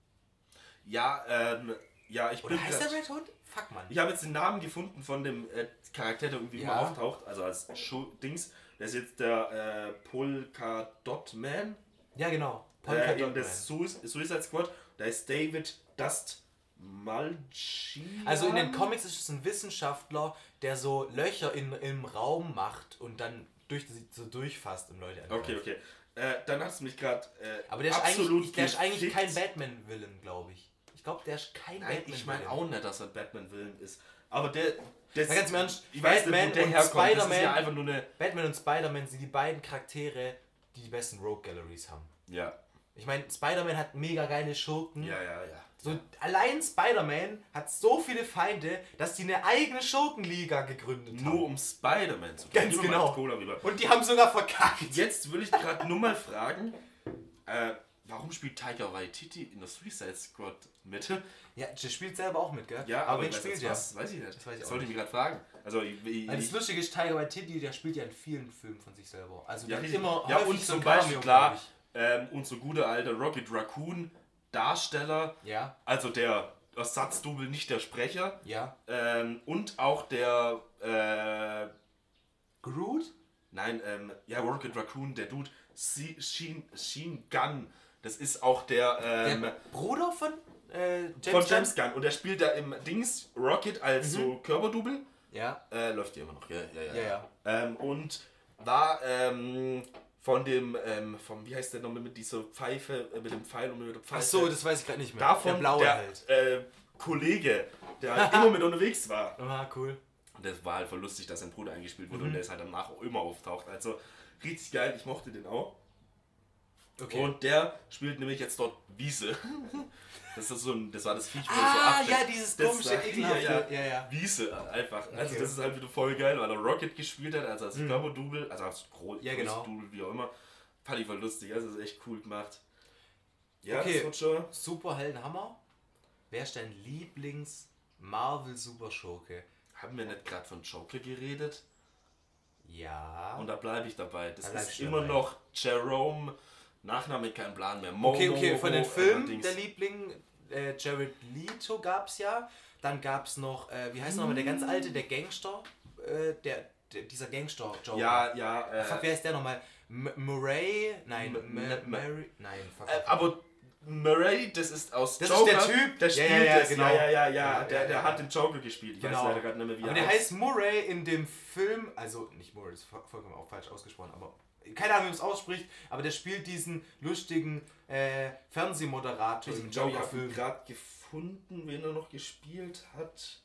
S2: Ja, ich bin.
S3: Oder heißt der Red Hood? Fuck, Mann.
S2: Ich habe jetzt den Namen gefunden von dem Charakter, der irgendwie immer auftaucht, also als Dings. Der ist jetzt der Polka Dot Man.
S3: Ja, genau.
S2: Polka Dot Man. Das Suicide Squad. Da ist David Dust Malchian.
S3: Also in den Comics ist es ein Wissenschaftler, der so Löcher im Raum macht und dann durchfasst und Leute angreift.
S2: Okay. Dann hast du mich gerade
S3: aber der ist eigentlich kein Batman-Villain, glaube ich. Ich glaube, der ist kein Batman-Villain.
S2: Ich meine auch nicht, dass er Batman-Villain ist. Aber der
S3: ganz im Ernst,
S2: ich weiß
S3: Batman
S2: nicht, wo der herkommt. Das ist ja einfach nur eine...
S3: Batman und Spider-Man sind die beiden Charaktere, die die besten Rogue-Galleries haben.
S2: Ja.
S3: Ich meine, Spider-Man hat mega geile Schurken.
S2: Ja.
S3: So, allein Spider-Man hat so viele Feinde, dass die eine eigene Schurkenliga gegründet haben.
S2: Nur um Spider-Man zu tun.
S3: Ganz genau. Und die haben sogar verkackt.
S2: Jetzt will ich gerade nur mal fragen, warum spielt Taika Waititi in der Suicide Squad mit?
S3: Ja, der spielt selber auch mit, gell?
S2: Ja, aber
S3: wen spielt der?
S2: Das weiß ich nicht.
S3: Das
S2: sollte ich mich gerade fragen. Also,
S3: das Lustige ist, Taika Waititi, der spielt ja in vielen Filmen von sich selber. Also der
S2: immer und zum Beispiel, klar, unser guter alter Rocket Raccoon Darsteller, also der Ersatzdouble, nicht der Sprecher, und auch der
S3: Groot?
S2: Nein, Rocket Raccoon, der Dude, Sheen Gunn, das ist auch der
S3: Bruder von
S2: James Gunn, und der spielt da im Dings Rocket als so Körperdouble.
S3: Ja.
S2: Läuft ja immer noch, gell?
S3: Ja.
S2: Und war von dem, wie heißt der nochmal mit dieser Pfeife, mit dem Pfeil und mit der Pfeife?
S3: Achso, das weiß ich gerade nicht mehr.
S2: Davon
S3: der blaue halt.
S2: Kollege, der immer mit unterwegs war.
S3: Ah, cool.
S2: Und das war halt voll lustig, dass sein Bruder eingespielt wurde und der ist halt danach auch immer auftaucht. Also richtig geil, ich mochte den auch. Okay. Und der spielt nämlich jetzt dort Wiese. Das war das Viech, wo so absteckt.
S3: Ja, dieses komische ekelhafte. Ja.
S2: Wiese einfach. Also das ist halt wieder voll geil, weil er Rocket gespielt hat, also als Körperdouble, also als Double, wie auch immer. Fand ich voll lustig, also das ist echt cool gemacht. Ja,
S3: okay.
S2: Das wird schon.
S3: Superheldenhammer. Wer ist dein Lieblings-Marvel-Superschurke?
S2: Haben wir nicht gerade von Joker geredet?
S3: Ja.
S2: Und da bleibe ich dabei. Das ist immer noch Jerome, Nachname kein Plan mehr.
S3: Okay, von den Filmen der Liebling, Jared Leto gab's ja. Dann gab's noch, wie heißt nochmal der ganz alte, der Gangster? dieser Gangster-Joker.
S2: Ja.
S3: Fuck, wer ist der nochmal? Murray? Nein, Mary? Nein, fuck.
S2: Aber Murray, das ist aus
S3: das
S2: Joker.
S3: Das ist der Typ,
S2: der spielt das.
S3: Genau.
S2: Der hat den Joker gespielt. Ich weiß leider gerade nicht mehr, wie
S3: aber der heißt Murray in dem Film, also nicht Murray, das ist vollkommen auch falsch ausgesprochen, aber keine Ahnung, wie man es ausspricht, aber der spielt diesen lustigen Fernsehmoderator im Joker-Film.
S2: Ich habe gerade gefunden, wen er noch gespielt hat.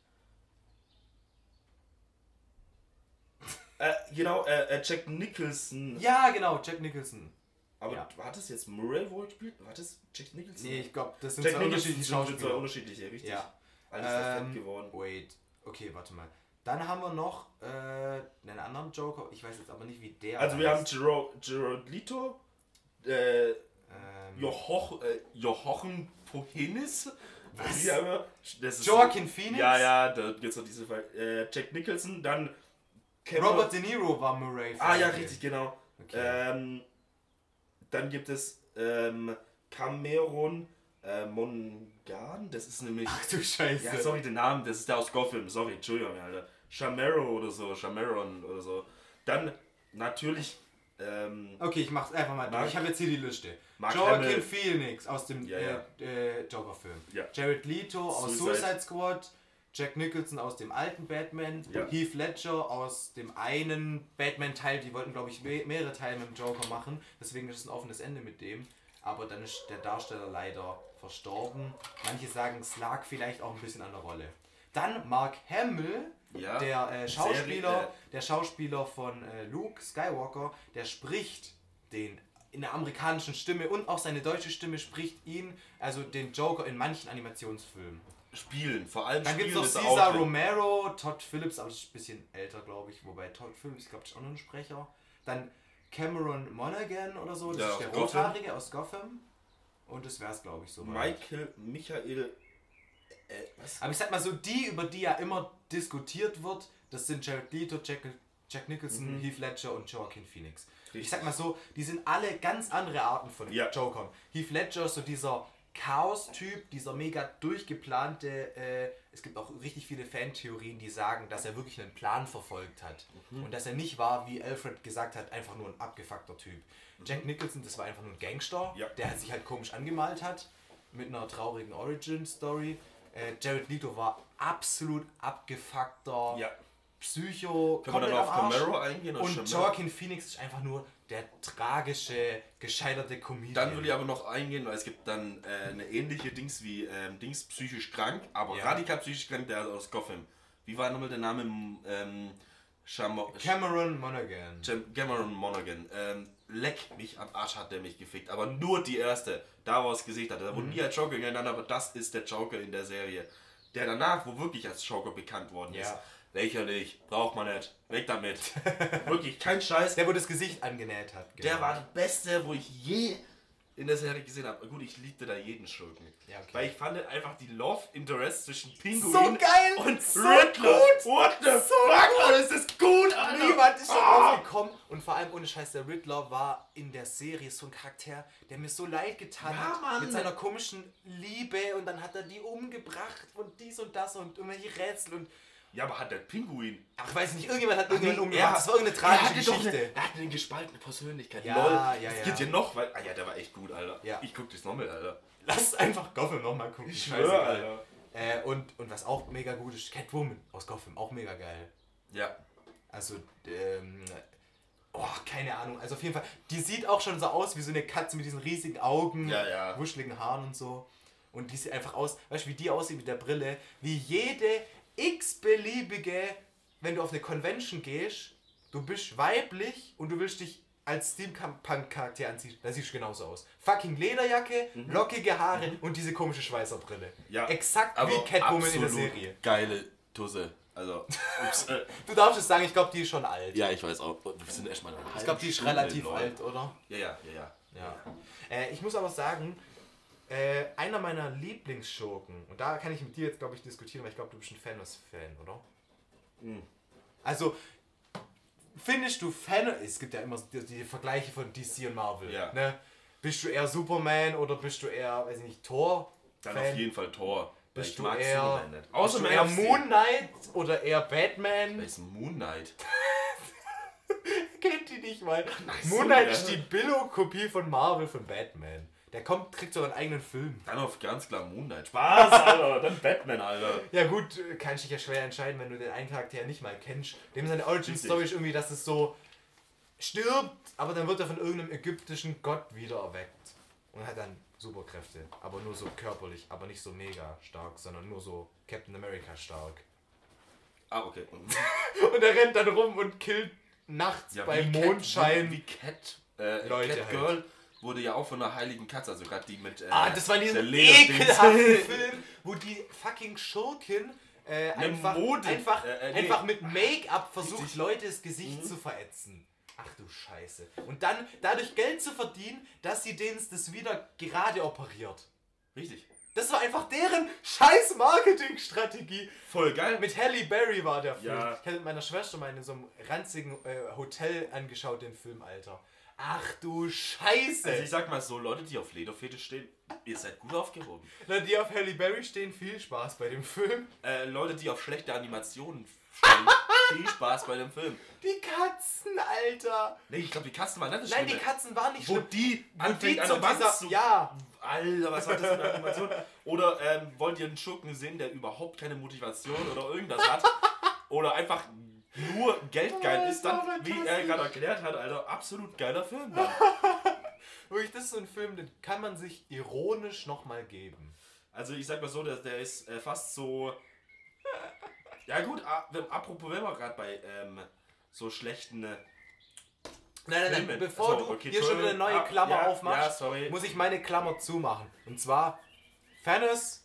S2: Jack Nicholson.
S3: Ja, genau, Jack Nicholson.
S2: Aber war das jetzt Murray, wo er gespielt? War das Jack Nicholson?
S3: Nee, ich glaube, das sind
S2: Jack
S3: zwei unterschiedliche Schauspieler.
S2: Zwei unterschiedliche, richtig.
S3: Ja.
S2: Alles perfekt geworden.
S3: Wait, okay, warte mal. Dann haben wir noch einen anderen Joker, ich weiß jetzt aber nicht, wie der
S2: Also wir haben Jared Leto, Jochen Pohenis.
S3: Was?
S2: Joaquin
S3: Phoenix?
S2: Ja, da gibt's noch diese Fall. Jack Nicholson, dann
S3: Robert De Niro war Murray.
S2: Ja, richtig, genau. Okay. Dann gibt es Cameron Monaghan, das ist nämlich...
S3: Ach du Scheiße.
S2: Ja, sorry, den Namen, das ist der aus Gotham, sorry, Entschuldigung, Alter. Shamaron oder so. Dann natürlich...
S3: okay, ich mach's einfach mal durch. Ich habe jetzt hier die Liste.
S2: Mark
S3: Joaquin
S2: Hamill.
S3: Phoenix aus dem Joker-Film.
S2: Ja.
S3: Jared Leto aus Suicide Squad. Jack Nicholson aus dem alten Batman.
S2: Ja.
S3: Heath Ledger aus dem einen Batman-Teil. Die wollten, glaube ich, mehrere Teile mit dem Joker machen. Deswegen ist es ein offenes Ende mit dem. Aber dann ist der Darsteller leider verstorben. Manche sagen, es lag vielleicht auch ein bisschen an der Rolle. Dann Mark Hamill, der Schauspieler von Luke Skywalker, der spricht den in der amerikanischen Stimme und auch seine deutsche Stimme spricht ihn, also den Joker in manchen Animationsfilmen.
S2: Spielen, vor allem
S3: dann
S2: Spielen.
S3: Dann gibt es noch Cesar Romero, Todd Phillips, aber das ist ein bisschen älter, glaube ich, wobei Todd Phillips, glaube ich, auch noch ein Sprecher. Dann Cameron Monaghan oder so, das ist der Rothaarige aus Gotham. Und das wär's, glaube ich, so.
S2: Michael.
S3: Aber ich sag mal so, über die ja immer diskutiert wird, das sind Jared Leto, Jack Nicholson, Heath Ledger und Joaquin Phoenix. Richtig. Ich sag mal so, die sind alle ganz andere Arten von Jokern. Heath Ledger ist so dieser Chaos-Typ, dieser mega durchgeplante, es gibt auch richtig viele Fantheorien, die sagen, dass er wirklich einen Plan verfolgt hat. Und dass er nicht war, wie Alfred gesagt hat, einfach nur ein abgefuckter Typ. Jack Nicholson, das war einfach nur ein Gangster, der sich halt komisch angemalt hat, mit einer traurigen Origin-Story. Jared Leto war absolut abgefuckter Psycho,
S2: kann man dann auf Romero eingehen?
S3: Und Joaquin Phoenix ist einfach nur der tragische, gescheiterte Comedian.
S2: Dann will ich aber noch eingehen, weil es gibt dann eine ähnliche Dings wie psychisch krank, aber radikal psychisch krank, der aus Gotham. Wie war nochmal der Name?
S3: Cameron Monaghan.
S2: Cameron Monaghan. Leck mich am Arsch, hat der mich gefickt. Aber nur die erste, da wo er es gesehen hat. Da wurde nie als Joker genannt, aber das ist der Joker in der Serie. Der danach, wo wirklich als Joker bekannt worden ist. Lächerlich, braucht man nicht. Weg damit. Wirklich, kein Scheiß.
S3: Der, wo das Gesicht angenäht hat.
S2: Genau. Der war der Beste, wo ich je in der Serie gesehen habe. Gut, ich liebte da jeden Schurken.
S3: Ja, okay.
S2: Weil ich fand einfach die Love Interest zwischen Pinguin
S3: so geil
S2: und
S3: so
S2: Riddler.
S3: Gut.
S2: What the fuck, Alter, ist das gut, Alter.
S3: Niemand ist drauf gekommen. Und vor allem, ohne Scheiß, der Riddler war in der Serie so ein Charakter, der mir so leid getan hat.
S2: Mann.
S3: Mit seiner komischen Liebe. Und dann hat er die umgebracht und dies und das und irgendwelche Rätsel und...
S2: Ja, aber hat der Pinguin...
S3: Ach, weiß nicht, irgendjemand hat irgendjemanden umgebracht. Das war irgendeine tragische Geschichte.
S2: Er hatte eine gespaltene Persönlichkeit.
S3: Ja,
S2: das geht hier noch, weil... der war echt gut, Alter.
S3: Ja.
S2: Ich guck das nochmal, Alter.
S3: Lass einfach Gotham nochmal gucken.
S2: Ich schwöre, Alter.
S3: Und was auch mega gut ist, Catwoman aus Gotham, auch mega geil.
S2: Ja.
S3: Also, keine Ahnung. Also auf jeden Fall, die sieht auch schon so aus wie so eine Katze mit diesen riesigen Augen, wuscheligen Haaren und so. Und die sieht einfach aus, weißt du, wie die aussieht mit der Brille, wie jede x-beliebige, wenn du auf eine Convention gehst, du bist weiblich und du willst dich als Steampunk-Charakter anziehen, da siehst du genauso aus. Fucking Lederjacke, lockige Haare und diese komische Schweißerbrille.
S2: Ja.
S3: Exakt wie Catwoman in der Serie.
S2: Geile Tusse. Also,
S3: du darfst es sagen, ich glaube, die ist schon alt.
S2: Ja, ich weiß auch. Wir sind echt mal
S3: ich glaube, die ist relativ alt, oder?
S2: Ja.
S3: Ich muss aber sagen, einer meiner Lieblingsschurken, und da kann ich mit dir jetzt, glaube ich, diskutieren, weil ich glaube, du bist ein Thanos-Fan, oder? Also, findest du es gibt ja immer die Vergleiche von DC und Marvel, ne? Bist du eher Superman oder bist du eher, weiß ich nicht, Thor?
S2: Dann auf jeden Fall Thor.
S3: Bist du eher Moon Knight oder eher Batman?
S2: Wer ist Moon Knight?
S3: Kennt die nicht mal? Moon Knight ist die Billo-Kopie von Marvel von Batman. Der kriegt sogar einen eigenen Film.
S2: Dann auf ganz klar Moon Knight. Spaß, Alter. Dann Batman, Alter.
S3: Ja gut, kannst dich ja schwer entscheiden, wenn du den einen Charakter nicht mal kennst. Dem seine Origin-Story ist irgendwie, dass es so stirbt, aber dann wird er von irgendeinem ägyptischen Gott wieder erweckt. Und hat dann Superkräfte. Aber nur so körperlich, aber nicht so mega stark, sondern nur so Captain America stark.
S2: Ah, okay.
S3: Und er rennt dann rum und killt nachts bei Mondschein.
S2: Wie Leute Catgirl halt. Wurde ja auch von einer heiligen Katze, also gerade die mit
S3: das war dieser ekelhafte Film, wo die fucking Schurkin einfach mit Make-up versucht, Leute das Gesicht zu verätzen. Ach du Scheiße. Und dann dadurch Geld zu verdienen, dass sie denen das wieder gerade operiert.
S2: Richtig.
S3: Das war einfach deren scheiß Marketingstrategie.
S2: Voll geil.
S3: Mit Halle Berry war der Film.
S2: Ja.
S3: Ich hatte mit meiner Schwester mal in so einem ranzigen Hotel angeschaut, den Film, Alter. Ach du Scheiße.
S2: Also ich sag mal so, Leute, die auf Lederfetisch stehen, ihr seid gut aufgehoben.
S3: Leute, die auf Halle Berry stehen, viel Spaß bei dem Film.
S2: Leute, die auf schlechte Animationen stehen, viel Spaß bei dem Film.
S3: Die Katzen, Alter.
S2: Nee, ich glaube, die Katzen waren nicht das
S3: Schlimme. Nein, die Katzen waren nicht
S2: schlimm. Wo die anfängt an der Wand zu...
S3: Ja.
S2: Alter, was war das für eine Animation? Oder wollt ihr einen Schurken sehen, der überhaupt keine Motivation oder irgendwas hat? Oder einfach nur geldgeil ist, dann, wie er gerade erklärt hat, Alter, absolut geiler Film dann.
S3: Wirklich, das ist so ein Film, den kann man sich ironisch nochmal geben.
S2: Also ich sag mal so, der ist fast so... Ja gut, apropos, wenn wir gerade bei so schlechten...
S3: Nein, bevor du hier schon wieder eine neue Klammer aufmachst, muss ich meine Klammer zumachen. Und zwar Thanos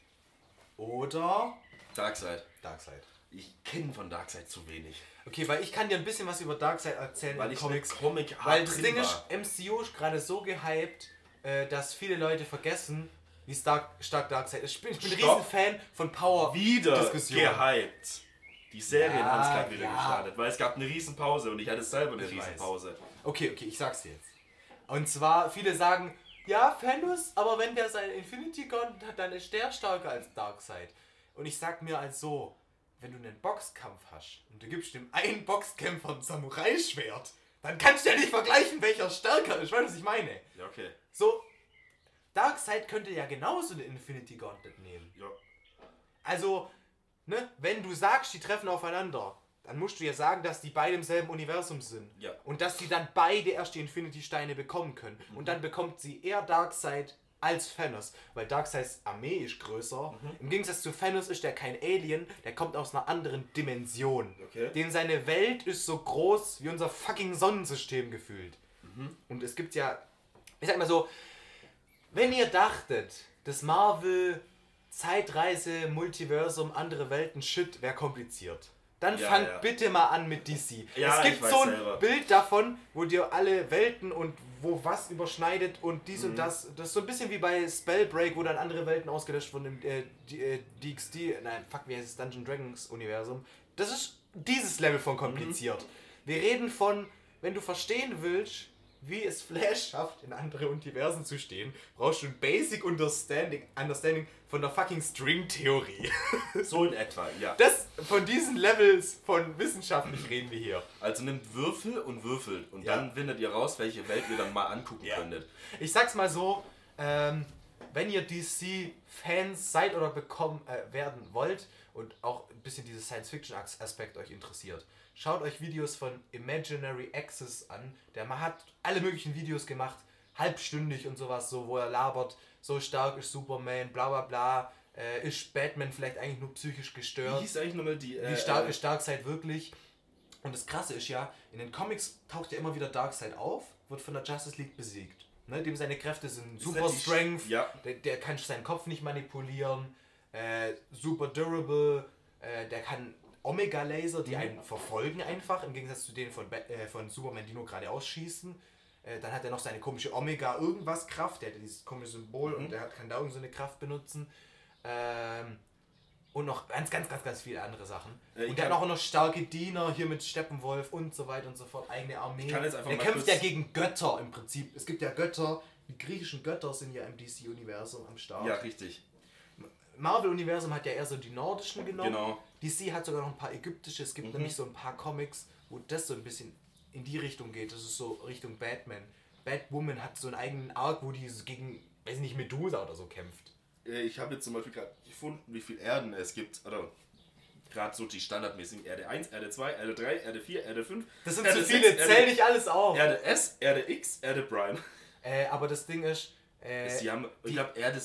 S3: oder...
S2: Darkseid. Ich kenne von Darkseid zu wenig.
S3: Okay, weil ich kann dir ein bisschen was über Darkseid erzählen
S2: weil
S3: in
S2: Comics.
S3: Weil das Ding ist, MCU ist gerade so gehypt, dass viele Leute vergessen, wie stark Darkseid ist. Ich bin ein Riesenfan von Power-Diskussionen.
S2: Wieder gehypt. Die Serien haben es gerade wieder gestartet, weil es gab eine Riesenpause und ich hatte selber eine Riesenpause.
S3: Okay, ich sag's dir jetzt. Und zwar, viele sagen, ja, Thanos, aber wenn der seinen Infinity Gauntlet hat, dann ist der stärker als Darkseid. Und ich sag mir also, wenn du einen Boxkampf hast und du gibst dem einen Boxkämpfer ein Samurai-Schwert, dann kannst du ja nicht vergleichen, welcher stärker ist. Weißt du, was ich meine?
S2: Ja, okay.
S3: So, Darkseid könnte ja genauso den Infinity Gauntlet nehmen.
S2: Ja.
S3: Also, ne, wenn du sagst, die treffen aufeinander, dann musst du ja sagen, dass die beide im selben Universum sind.
S2: Ja.
S3: Und dass die dann beide erst die Infinity-Steine bekommen können. Und dann bekommt sie eher Darkseid als Thanos, weil Darkseids Armee ist größer. Im Gegensatz zu Thanos ist der kein Alien, der kommt aus einer anderen Dimension.
S2: Okay.
S3: Denn seine Welt ist so groß wie unser fucking Sonnensystem gefühlt. Und es gibt ja, ich sag mal so, wenn ihr dachtet, das Marvel, Zeitreise, Multiversum, andere Welten, Shit, wäre kompliziert. Dann fangt bitte mal an mit DC.
S2: Ja,
S3: es gibt so ein Bild davon, wo dir alle Welten und wo was überschneidet und dies und das. Das ist so ein bisschen wie bei Spellbreak, wo dann andere Welten ausgelöscht wurden im wie heißt es, Dungeons Dragons Universum. Das ist dieses Level von kompliziert. Wir reden von, wenn du verstehen willst, wie es Flash schafft, in andere Universen zu stehen, brauchst du ein Basic Understanding von der fucking String-Theorie.
S2: So in etwa, ja.
S3: Von diesen Levels von wissenschaftlich reden wir hier.
S2: Also nimmt Würfel und würfelt und dann findet ihr raus, welche Welt ihr dann mal angucken könntet.
S3: Ich sag's mal so, wenn ihr DC-Fans seid oder werden wollt und auch ein bisschen dieses Science-Fiction-Aspekt euch interessiert, schaut euch Videos von Imaginary Access an. Der hat alle möglichen Videos gemacht, halbstündig und sowas, so, wo er labert, so stark ist Superman, bla bla bla, ist Batman vielleicht eigentlich nur psychisch gestört?
S2: Wie hieß eigentlich nochmal die...
S3: Wie stark ist Darkseid wirklich? Und das Krasse ist ja, in den Comics taucht ja immer wieder Darkseid auf, wird von der Justice League besiegt. Ne, dem seine Kräfte sind super Strength, der kann seinen Kopf nicht manipulieren, super durable, der kann Omega-Laser, die einen verfolgen einfach, im Gegensatz zu denen von Superman, die nur geradeaus schießen. Dann hat er noch seine komische Omega-Irgendwas-Kraft, der hat dieses komische Symbol und der kann da irgend so eine Kraft benutzen. Und noch ganz viele andere Sachen. Und der hat auch noch starke Diener, hier mit Steppenwolf und so weiter und so fort, eigene Armee. Der kämpft ja gegen Götter im Prinzip. Es gibt ja Götter, die griechischen Götter sind ja im DC-Universum am Start.
S2: Ja, richtig.
S3: Marvel-Universum hat ja eher so die nordischen genommen.
S2: Genau.
S3: DC hat sogar noch ein paar ägyptische. Es gibt nämlich so ein paar Comics, wo das so ein bisschen in die Richtung geht. Das ist so Richtung Batman. Batwoman hat so einen eigenen Arc, wo die gegen, weiß nicht, Medusa oder so kämpft.
S2: Ich habe jetzt zum Beispiel gerade gefunden, wie viele Erden es gibt. Oder gerade so die standardmäßigen Erde 1, Erde 2, Erde 3, Erde 4, Erde 5.
S3: Das sind zu viele, zähl nicht alles auf.
S2: Erde S, Erde X, Erde Prime.
S3: Aber das Ding ist...
S2: Sie haben, ich glaube, Erde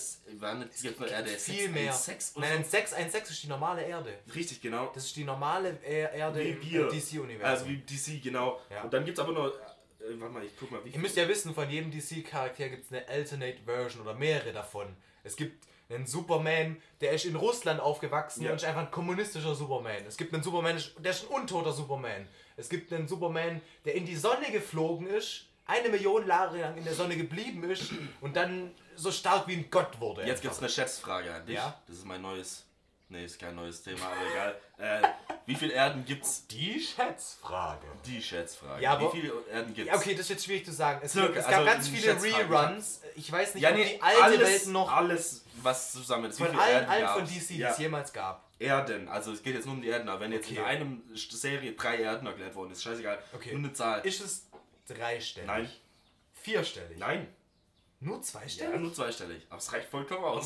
S3: viel mehr.
S2: 6
S3: Nein, 1,6 ist die normale Erde.
S2: Richtig, genau.
S3: Das ist die normale Erde im DC-Universum.
S2: Also wie DC, genau. Ja. Und dann gibt es aber noch... warte mal, ich guck mal, wie viel...
S3: Ihr müsst ja wissen, von jedem DC-Charakter gibt es eine Alternate Version oder mehrere davon. Es gibt einen Superman, der ist in Russland aufgewachsen und ist einfach ein kommunistischer Superman. Es gibt einen Superman, der ist ein untoter Superman. Es gibt einen Superman, der in die Sonne geflogen ist, 1 Million Jahre lang in der Sonne geblieben ist und dann so stark wie ein Gott wurde.
S2: Jetzt gibt es eine Schätzfrage an dich.
S3: Ja?
S2: Das ist mein neues... Nee, ist kein neues Thema, aber egal. Wie viele Erden gibt's?
S3: Die Schätzfrage.
S2: Ja, wie viele Erden gibt's?
S3: Ja, okay, das ist jetzt schwierig zu sagen. Es
S2: gab
S3: ganz viele Reruns. Ich weiß nicht,
S2: ob
S3: die alte Welt noch...
S2: Alles, was zusammen ist.
S3: Von allen von DC, die es jemals gab.
S2: Erden, also es geht jetzt nur um die Erden, aber wenn jetzt in einem Serie 3 Erden erklärt worden ist, scheißegal.
S3: Okay.
S2: Nur eine Zahl.
S3: Ist es 3-stellig?
S2: Nein.
S3: 4-stellig?
S2: Nein.
S3: Nur 2-stellig?
S2: Ja, nur 2-stellig. Aber es reicht vollkommen aus.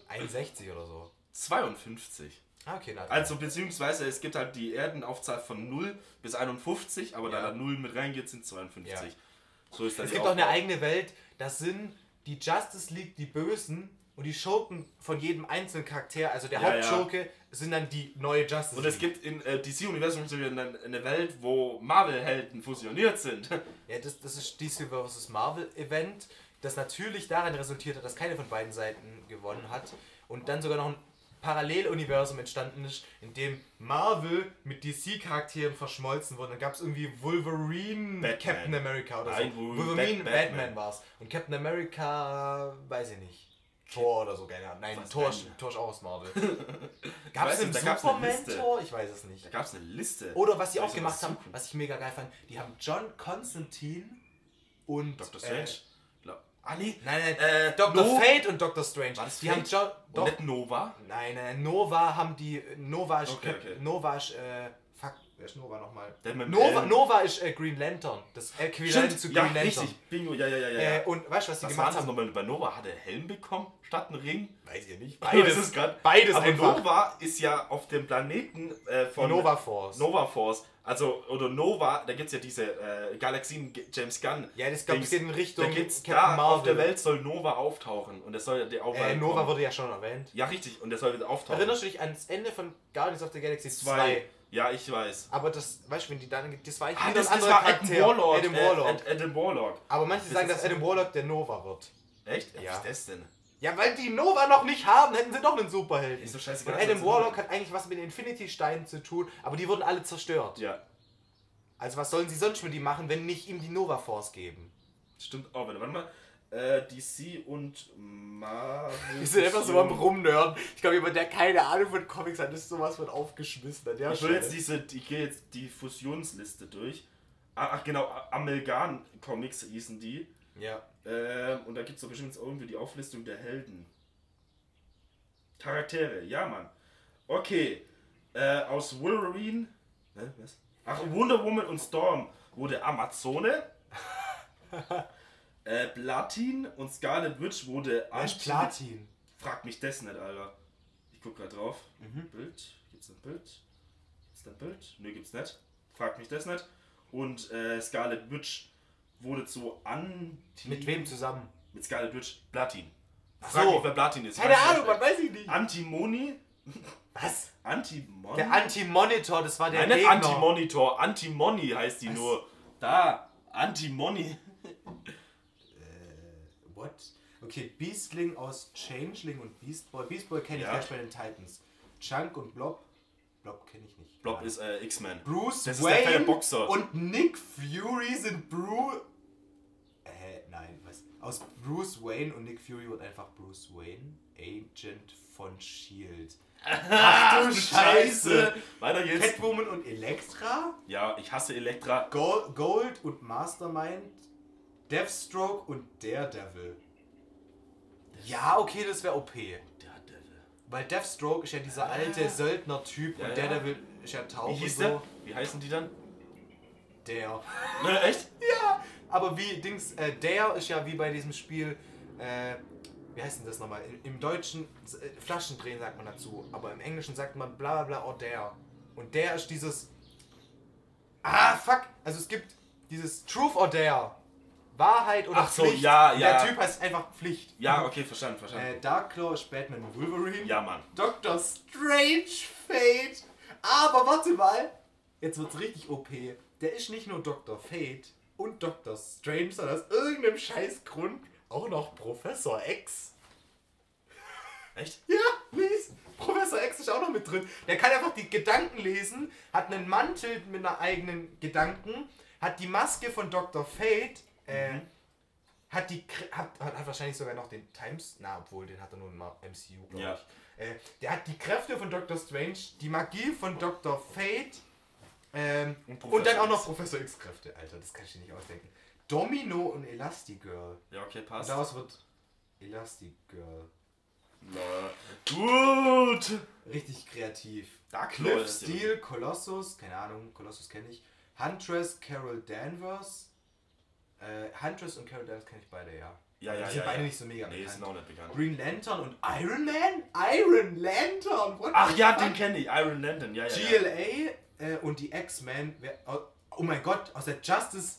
S3: 61 oder so.
S2: 52.
S3: Okay, na,
S2: also beziehungsweise es gibt halt die Erdenaufzahl von 0 bis 51, aber da 0 mit reingeht, sind 52. Ja. So ist das.
S3: Es gibt auch eine eigene Welt, das sind die Justice League, die Bösen, und die Schurken von jedem einzelnen Charakter, also der Hauptschurke, sind dann die neue Justice League.
S2: Und es gibt in DC-Universum eine Welt, wo Marvel-Helden fusioniert sind.
S3: Ja, das ist DC vs. Marvel-Event, das natürlich daran resultiert hat, dass keine von beiden Seiten gewonnen hat. Und dann sogar noch ein Paralleluniversum entstanden ist, in dem Marvel mit DC-Charakteren verschmolzen wurde. Dann gab es irgendwie Wolverine,
S2: Batman.
S3: Captain America oder so. Wolverine, Batman war's. Und Captain America, weiß ich nicht. Thor oder so, keine Ahnung. Nein, Thor ist auch aus Marvel. Gab es einen Superman-Tor? Ich weiß es nicht.
S2: Da gab es eine Liste.
S3: Oder was sie auch gemacht haben, was ich mega geil fand, die haben John Constantine und
S2: Dr. Strange.
S3: Nein, Dr. Fate und Dr. Strange.
S2: War das
S3: die haben John,
S2: doch, nicht Nova?
S3: Nein, Nova haben die. Nova ist.
S2: Okay.
S3: Nova ist. Fuck, wer ist Nova nochmal?
S2: Nova
S3: ist Green Lantern. Das Äquivalent zu Green Lantern.
S2: Richtig, Bingo, ja.
S3: Und weißt du, was die gemacht haben?
S2: Nochmal bei Nova? Hat er Helm bekommen statt einen Ring?
S3: Weiß ich nicht.
S2: Beides aber einfach. Nova ist ja auf dem Planeten von
S3: Nova Force.
S2: Also, oder Nova, da gibt es ja diese Galaxien James Gunn.
S3: Ja, das glaube ich geht in Richtung
S2: Captain Marvel. Auf der Welt soll Nova auftauchen. Und das soll ja auch
S3: Nova wurde ja schon erwähnt.
S2: Ja, richtig. Und der soll wieder auftauchen.
S3: Erinnerst du dich ans Ende von Guardians of the Galaxy 2?
S2: Ja, ich weiß.
S3: Aber das, weißt du, wenn die dann... Das war
S2: das war
S3: Adam Warlock.
S2: Adam Warlock.
S3: Aber manche sagen, dass Adam Warlock der Nova wird.
S2: Echt?
S3: Ja.
S2: Was ist das denn?
S3: Ja, weil die Nova noch nicht haben, hätten sie doch einen Superhelden.
S2: Ist so scheiße.
S3: Und Adam Warlock hat eigentlich was mit den Infinity-Steinen zu tun, aber die wurden alle zerstört.
S2: Ja.
S3: Also was sollen sie sonst mit ihm machen, wenn nicht ihm die Nova Force geben?
S2: Stimmt auch wieder. Warte mal. DC und Marvel.
S3: Die sind einfach so am Rumnörden. Ich glaube, jemand, der keine Ahnung von Comics hat, ist sowas von aufgeschmissen.
S2: Ich gehe jetzt die Fusionsliste durch. Ach genau, Amalgam Comics hießen die.
S3: Ja.
S2: Und da gibt es doch bestimmt irgendwie die Auflistung der Helden. Charaktere, ja Mann. Okay. Aus Wolverine. Was? Ach, Wonder Woman und Storm wurde Amazone. Platin und Scarlet Witch wurde
S3: Platin.
S2: Frag mich das nicht, Alter. Ich guck grad drauf. Bild. Gibt's ein Bild? Nö, gibt's nicht. Frag mich das nicht. Und Scarlet Witch wurde zu
S3: Mit wem zusammen?
S2: Mit Scarlet Witch Platin.
S3: Frag mich,
S2: wer Platin ist.
S3: Keine Ahnung, man weiß ich nicht.
S2: Antimoni.
S3: Was?
S2: Antimoni?
S3: Der Anti-Monitor, das war der
S2: Gegner.
S3: Gegner.
S2: Nicht Anti-Monitor, Antimoni heißt die nur. Da, Antimoni.
S3: What? Okay, Beastling aus Changeling und Beast Boy. Beast Boy kenne ich gleich bei den Titans. Chunk und Blob. Blob kenne ich nicht.
S2: Blob ist X-Men.
S3: Bruce
S2: das
S3: Wayne
S2: ist der Boxer.
S3: Und Nick Fury sind nein, was? Aus Bruce Wayne und Nick Fury wird einfach Bruce Wayne, Agent von S.H.I.E.L.D. Ach du Scheiße!
S2: Weiter geht's.
S3: Catwoman und Elektra?
S2: Ja, ich hasse Elektra.
S3: Gold und Mastermind, Deathstroke und Daredevil. Ja, okay, das wäre OP.
S2: Daredevil.
S3: Weil Deathstroke ist ja dieser alte Söldner-Typ und Daredevil ist ja taub.
S2: Wie hieß der? Wie heißen die dann?
S3: Der.
S2: Ne, echt?
S3: Ja! Aber der ist ja wie bei diesem Spiel, wie heißt denn das nochmal? Im Deutschen Flaschendrehen sagt man dazu, aber im Englischen sagt man bla bla bla or der. Und der ist dieses... fuck! Also es gibt dieses Truth or Dare. Wahrheit oder Pflicht.
S2: Ja.
S3: Der Typ heißt einfach Pflicht.
S2: Ja, okay, verstanden.
S3: Darkclaw ist Batman und Wolverine.
S2: Ja, Mann.
S3: Dr. Strange Fate. Aber warte mal. Jetzt wird's richtig OP. Der ist nicht nur Dr. Fate und Dr. Strange, sondern aus irgendeinem Scheißgrund auch noch Professor X.
S2: Echt?
S3: Ja, lies. Professor X ist auch noch mit drin. Der kann einfach die Gedanken lesen, hat einen Mantel mit einer eigenen Gedanken, hat die Maske von Dr. Fate, hat wahrscheinlich sogar noch den Times, obwohl den hat er nur im MCU, glaube ich. Der hat die Kräfte von Dr. Strange, die Magie von Dr. Fate und dann auch noch Professor X Kräfte. Alter, das kann ich dir nicht ausdenken. Domino und Elastigirl.
S2: Ja, okay, passt.
S3: Und daraus wird Elastigirl.
S2: Na, gut.
S3: Richtig kreativ.
S2: Darkclaw.
S3: Steel, Colossus, keine Ahnung, Colossus kenne ich. Huntress, Carol Danvers. Huntress und Carol Danvers kenne ich beide, ja. Die sind beide nicht so mega bekannt.
S2: Sind auch nicht bekannt.
S3: Green Lantern und Iron Man? Iron Lantern!
S2: Ach ja, den kenne ich. Iron Lantern, ja.
S3: GLA und die X-Men. Oh mein Gott, aus der Justice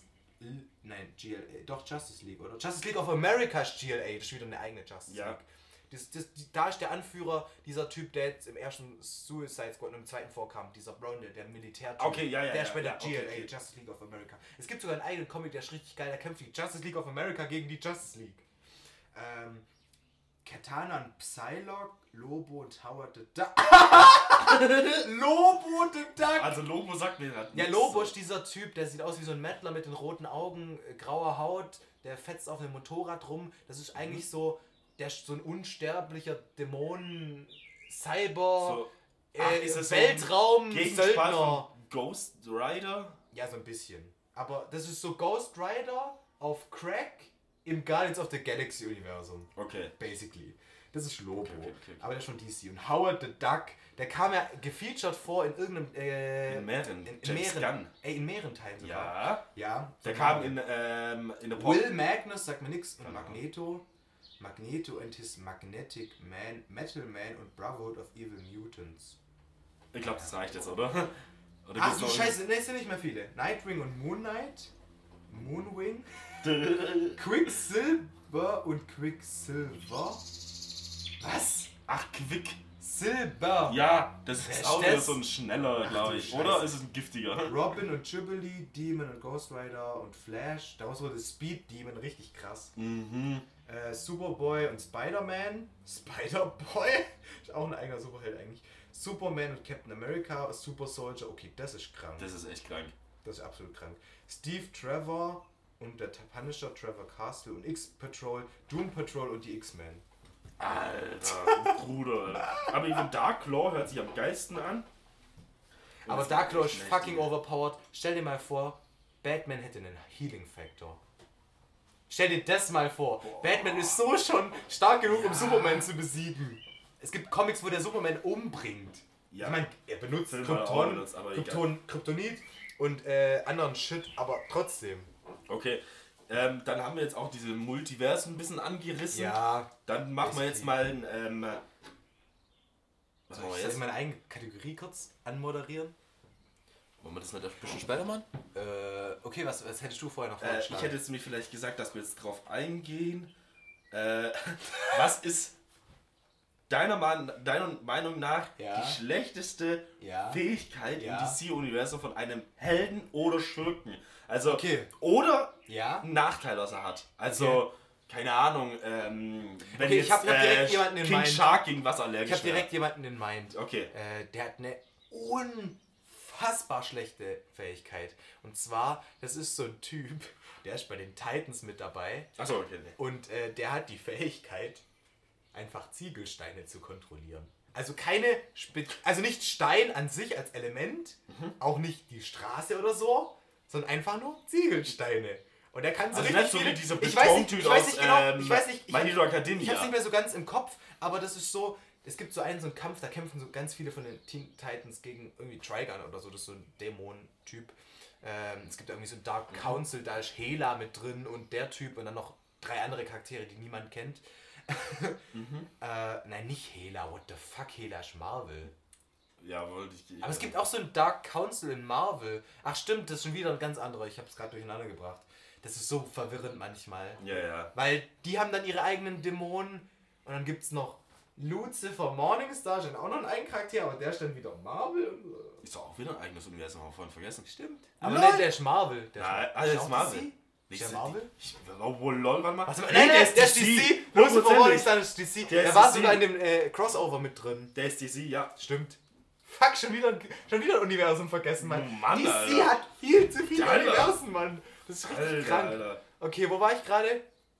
S3: League, oder? Justice League of America ist GLA. Das ist wieder eine eigene Justice League. Da ist der Anführer, dieser Typ, der jetzt im ersten Suicide Squad und im zweiten vorkam, dieser Blonde, der Militärtyp.
S2: Okay,
S3: der ist bei der GLA,
S2: okay.
S3: Justice League of America. Es gibt sogar einen eigenen Comic, der ist richtig geil, der kämpft die Justice League of America gegen die Justice League. Katana und Psylocke, Lobo und Howard the Duck. Lobo the Duck!
S2: Also Lobo sagt mir gerade
S3: nichts. Ja, Lobo ist dieser Typ, der sieht aus wie so ein Mettler mit den roten Augen, grauer Haut, der fetzt auf einem Motorrad rum. Das ist eigentlich so... Der ist so ein unsterblicher Dämonen, Cyber, Weltraum-Söldner.
S2: Ghost Rider?
S3: Ja, so ein bisschen. Aber das ist so Ghost Rider auf Crack im Guardians of the Galaxy Universum.
S2: Okay.
S3: Basically. Das ist Lobo.
S2: Okay.
S3: Aber der ist schon DC. Und Howard the Duck, der kam ja gefeatured vor in irgendeinem...
S2: in mehreren.
S3: In mehreren Teilen sogar.
S2: Ja. Der kam in der
S3: Will Magnus, sagt mir nix. Und Magneto and his Magnetic Man, Metal Man und Brotherhood of Evil Mutants.
S2: Ich glaube, das reicht jetzt, oder?
S3: Ach du Scheiße, ne, es sind nicht mehr viele. Nightwing und Moon Knight, Moonwing, Quicksilver und Quicksilver. Was?
S2: Ach,
S3: Quicksilver.
S2: Ja, das ist auch wieder so ein schneller, glaube ich. Oder ist es ein giftiger?
S3: Robin und Jubilee, Demon und Ghost Rider und Flash. Daraus wurde Speed Demon richtig krass. Superboy und Spider-Man. Spider-Boy? Ist auch ein eigener Superheld eigentlich. Superman und Captain America, Super Soldier. Okay, das ist krank.
S2: Das ist echt krank.
S3: Das ist absolut krank. Steve Trevor und der Punisher, Trevor Castle und X-Patrol, Doom Patrol und die X-Men.
S2: Alter, Bruder. Aber even Darkclaw hört sich am geilsten an.
S3: Aber Darkclaw ist fucking overpowered. Stell dir mal vor, Batman hätte einen Healing Factor. Stell dir das mal vor. Boah. Batman ist so schon stark genug, um Superman zu besiegen. Es gibt Comics, wo der Superman umbringt. Ja. Ich meine, er benutzt Kryptonit und anderen Shit, aber trotzdem.
S2: Okay, dann haben wir jetzt auch diese Multiversen ein bisschen angerissen.
S3: Ja.
S2: Dann machen wir jetzt mal ein...
S3: Soll ich meine eigene Kategorie kurz anmoderieren?
S2: Wollen wir das nicht ein bisschen später machen?
S3: Okay, was hättest du vorher noch vorgeschlagen?
S2: Ich hätte jetzt nämlich vielleicht gesagt, dass wir jetzt drauf eingehen. Was ist deiner Meinung nach die schlechteste Fähigkeit im DC-Universum von einem Helden oder Schurken? Also, oder ein Nachteil, was er hat. Also, keine Ahnung, wenn
S3: jetzt ich hab direkt jemanden in
S2: King
S3: Mind.
S2: Shark gegen was allergisch
S3: Ich habe direkt jemanden in Mind.
S2: Okay.
S3: Der hat eine unfassbar schlechte Fähigkeit. Und zwar, das ist so ein Typ, der ist bei den Titans mit dabei.
S2: Achso, okay.
S3: Und der hat die Fähigkeit, einfach Ziegelsteine zu kontrollieren. Also also nicht Stein an sich als Element, auch nicht die Straße oder so, sondern einfach nur Ziegelsteine. Und er kann so
S2: also
S3: richtig
S2: nicht so wie dieser
S3: ich weiß nicht genau,
S2: My Hero Academia.
S3: Ich hab's nicht mehr so ganz im Kopf, aber das ist so, es gibt so einen Kampf, da kämpfen so ganz viele von den Teen Titans gegen irgendwie Trigun oder so, das ist so ein Dämon-Typ. Es gibt irgendwie so ein Dark Council, da ist Hela mit drin und der Typ und dann noch 3 andere Charaktere, die niemand kennt. Nein, nicht Hela, what the fuck, Hela ist Marvel.
S2: Ja, wollte ich.
S3: Aber es gibt auch so ein Dark Council in Marvel. Ach stimmt, das ist schon wieder ein ganz anderer, ich hab's gerade durcheinander gebracht. Das ist so verwirrend manchmal.
S2: Ja.
S3: Weil die haben dann ihre eigenen Dämonen und dann gibt's noch Lucifer Morningstar, schon auch noch ein Charakter, aber der ist dann wieder Marvel.
S2: Ist doch auch wieder ein eigenes Universum, haben wir vorhin vergessen.
S3: Stimmt. Aber nein, der ist Marvel.
S2: Der ist Marvel.
S3: Ist der Marvel?
S2: Obwohl, lol, warte mal.
S3: Nein, der ist DC. Lucifer Morningstar ist DC. Der war sogar in dem Crossover mit drin.
S2: Der ist DC, ja.
S3: Stimmt. Fuck, schon wieder ein Universum vergessen, Mann.
S2: Mann,
S3: DC
S2: Alter.
S3: hat viel zu viele
S2: Alter.
S3: Universen, Mann. Das ist richtig krank.
S2: Alter.
S3: Okay, wo war ich gerade?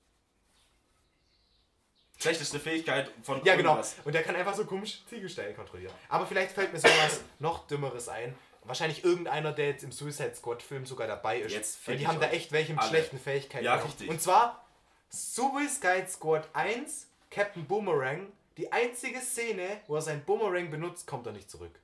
S2: Schlechteste Fähigkeit von
S3: Ja, genau.
S2: irgendwas.
S3: Und der kann einfach so komisch Ziegelsteine kontrollieren. Aber vielleicht fällt mir sowas noch Dümmeres ein. Wahrscheinlich irgendeiner, der jetzt im Suicide Squad Film sogar dabei ist.
S2: Jetzt
S3: weil die haben da echt welche mit schlechten Fähigkeiten.
S2: Ja, richtig.
S3: Und zwar Suicide Squad 1, Captain Boomerang. Die einzige Szene, wo er seinen Boomerang benutzt, kommt er nicht zurück.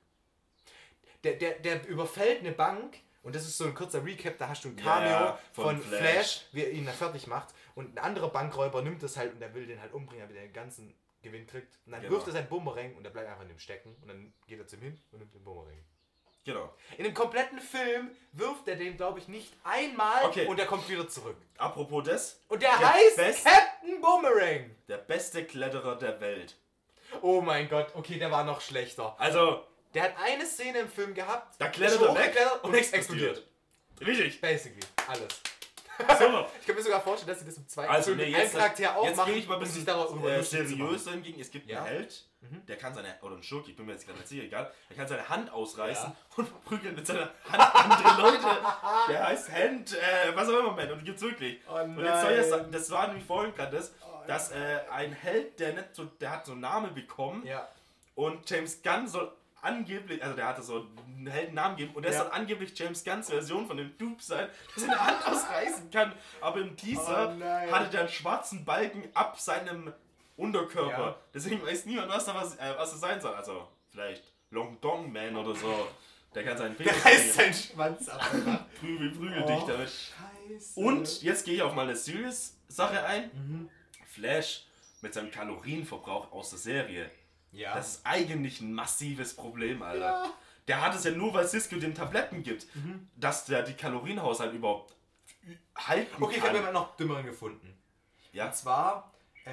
S3: Der überfällt eine Bank. Und das ist so ein kurzer Recap, da hast du ein Cameo von Flash, wie er ihn da fertig macht. Und ein anderer Bankräuber nimmt das halt und der will den halt umbringen, damit er den ganzen Gewinn kriegt. Und dann wirft er seinen Bumerang und der bleibt einfach in dem stecken. Und dann geht er zu ihm hin und nimmt den Bumerang.
S2: Genau.
S3: In dem kompletten Film wirft er den, glaube ich, nicht einmal und er kommt wieder zurück.
S2: Apropos das.
S3: Und der heißt Captain Boomerang.
S2: Der beste Kletterer der Welt.
S3: Oh mein Gott, okay, der war noch schlechter.
S2: Also...
S3: Der hat eine Szene im Film gehabt,
S2: da klettert er weg
S3: und nichts explodiert.
S2: Richtig.
S3: Basically, alles.
S2: So.
S3: Ich kann mir sogar vorstellen, dass sie das im zweiten
S2: Film
S3: einen Charakter auch
S2: jetzt
S3: machen,
S2: gehe ich mal ein bisschen seriös hingegen. Es gibt einen Held, der kann oder ein Schurk, ich bin mir jetzt gerade nicht sicher, egal, der kann seine Hand ausreißen und prügelt mit seiner Hand andere Leute. Der heißt Hand, was auch immer, man, und die gibt's wirklich.
S3: Oh
S2: und jetzt soll ich sagen, das war nämlich vorhin gerade das, dass ein Held, der hat so einen Namen bekommen und James Gunn soll angeblich, also der hatte so einen Heldennamen gegeben und der soll angeblich James Gunns Version von dem Dude sein, der seine Hand ausreißen kann. Aber im Teaser hatte der einen schwarzen Balken ab seinem Unterkörper. Ja. Deswegen weiß niemand, was das sein soll. Also vielleicht Long Dong Man oder so. Der kann seinen Finger.
S3: Der reißt seinen Schwanz ab.
S2: Prügel dich damit.
S3: Scheiße.
S2: Und jetzt gehe ich auf mal eine Serious-Sache ein. Flash mit seinem Kalorienverbrauch aus der Serie. Ja. Das ist eigentlich ein massives Problem, Alter. Ja. Der hat es ja nur, weil Cisco den Tabletten gibt, dass der die Kalorienhaushalt überhaupt halten kann.
S3: Okay, ich habe mir noch dümmeren gefunden.
S2: Ja.
S3: Und zwar,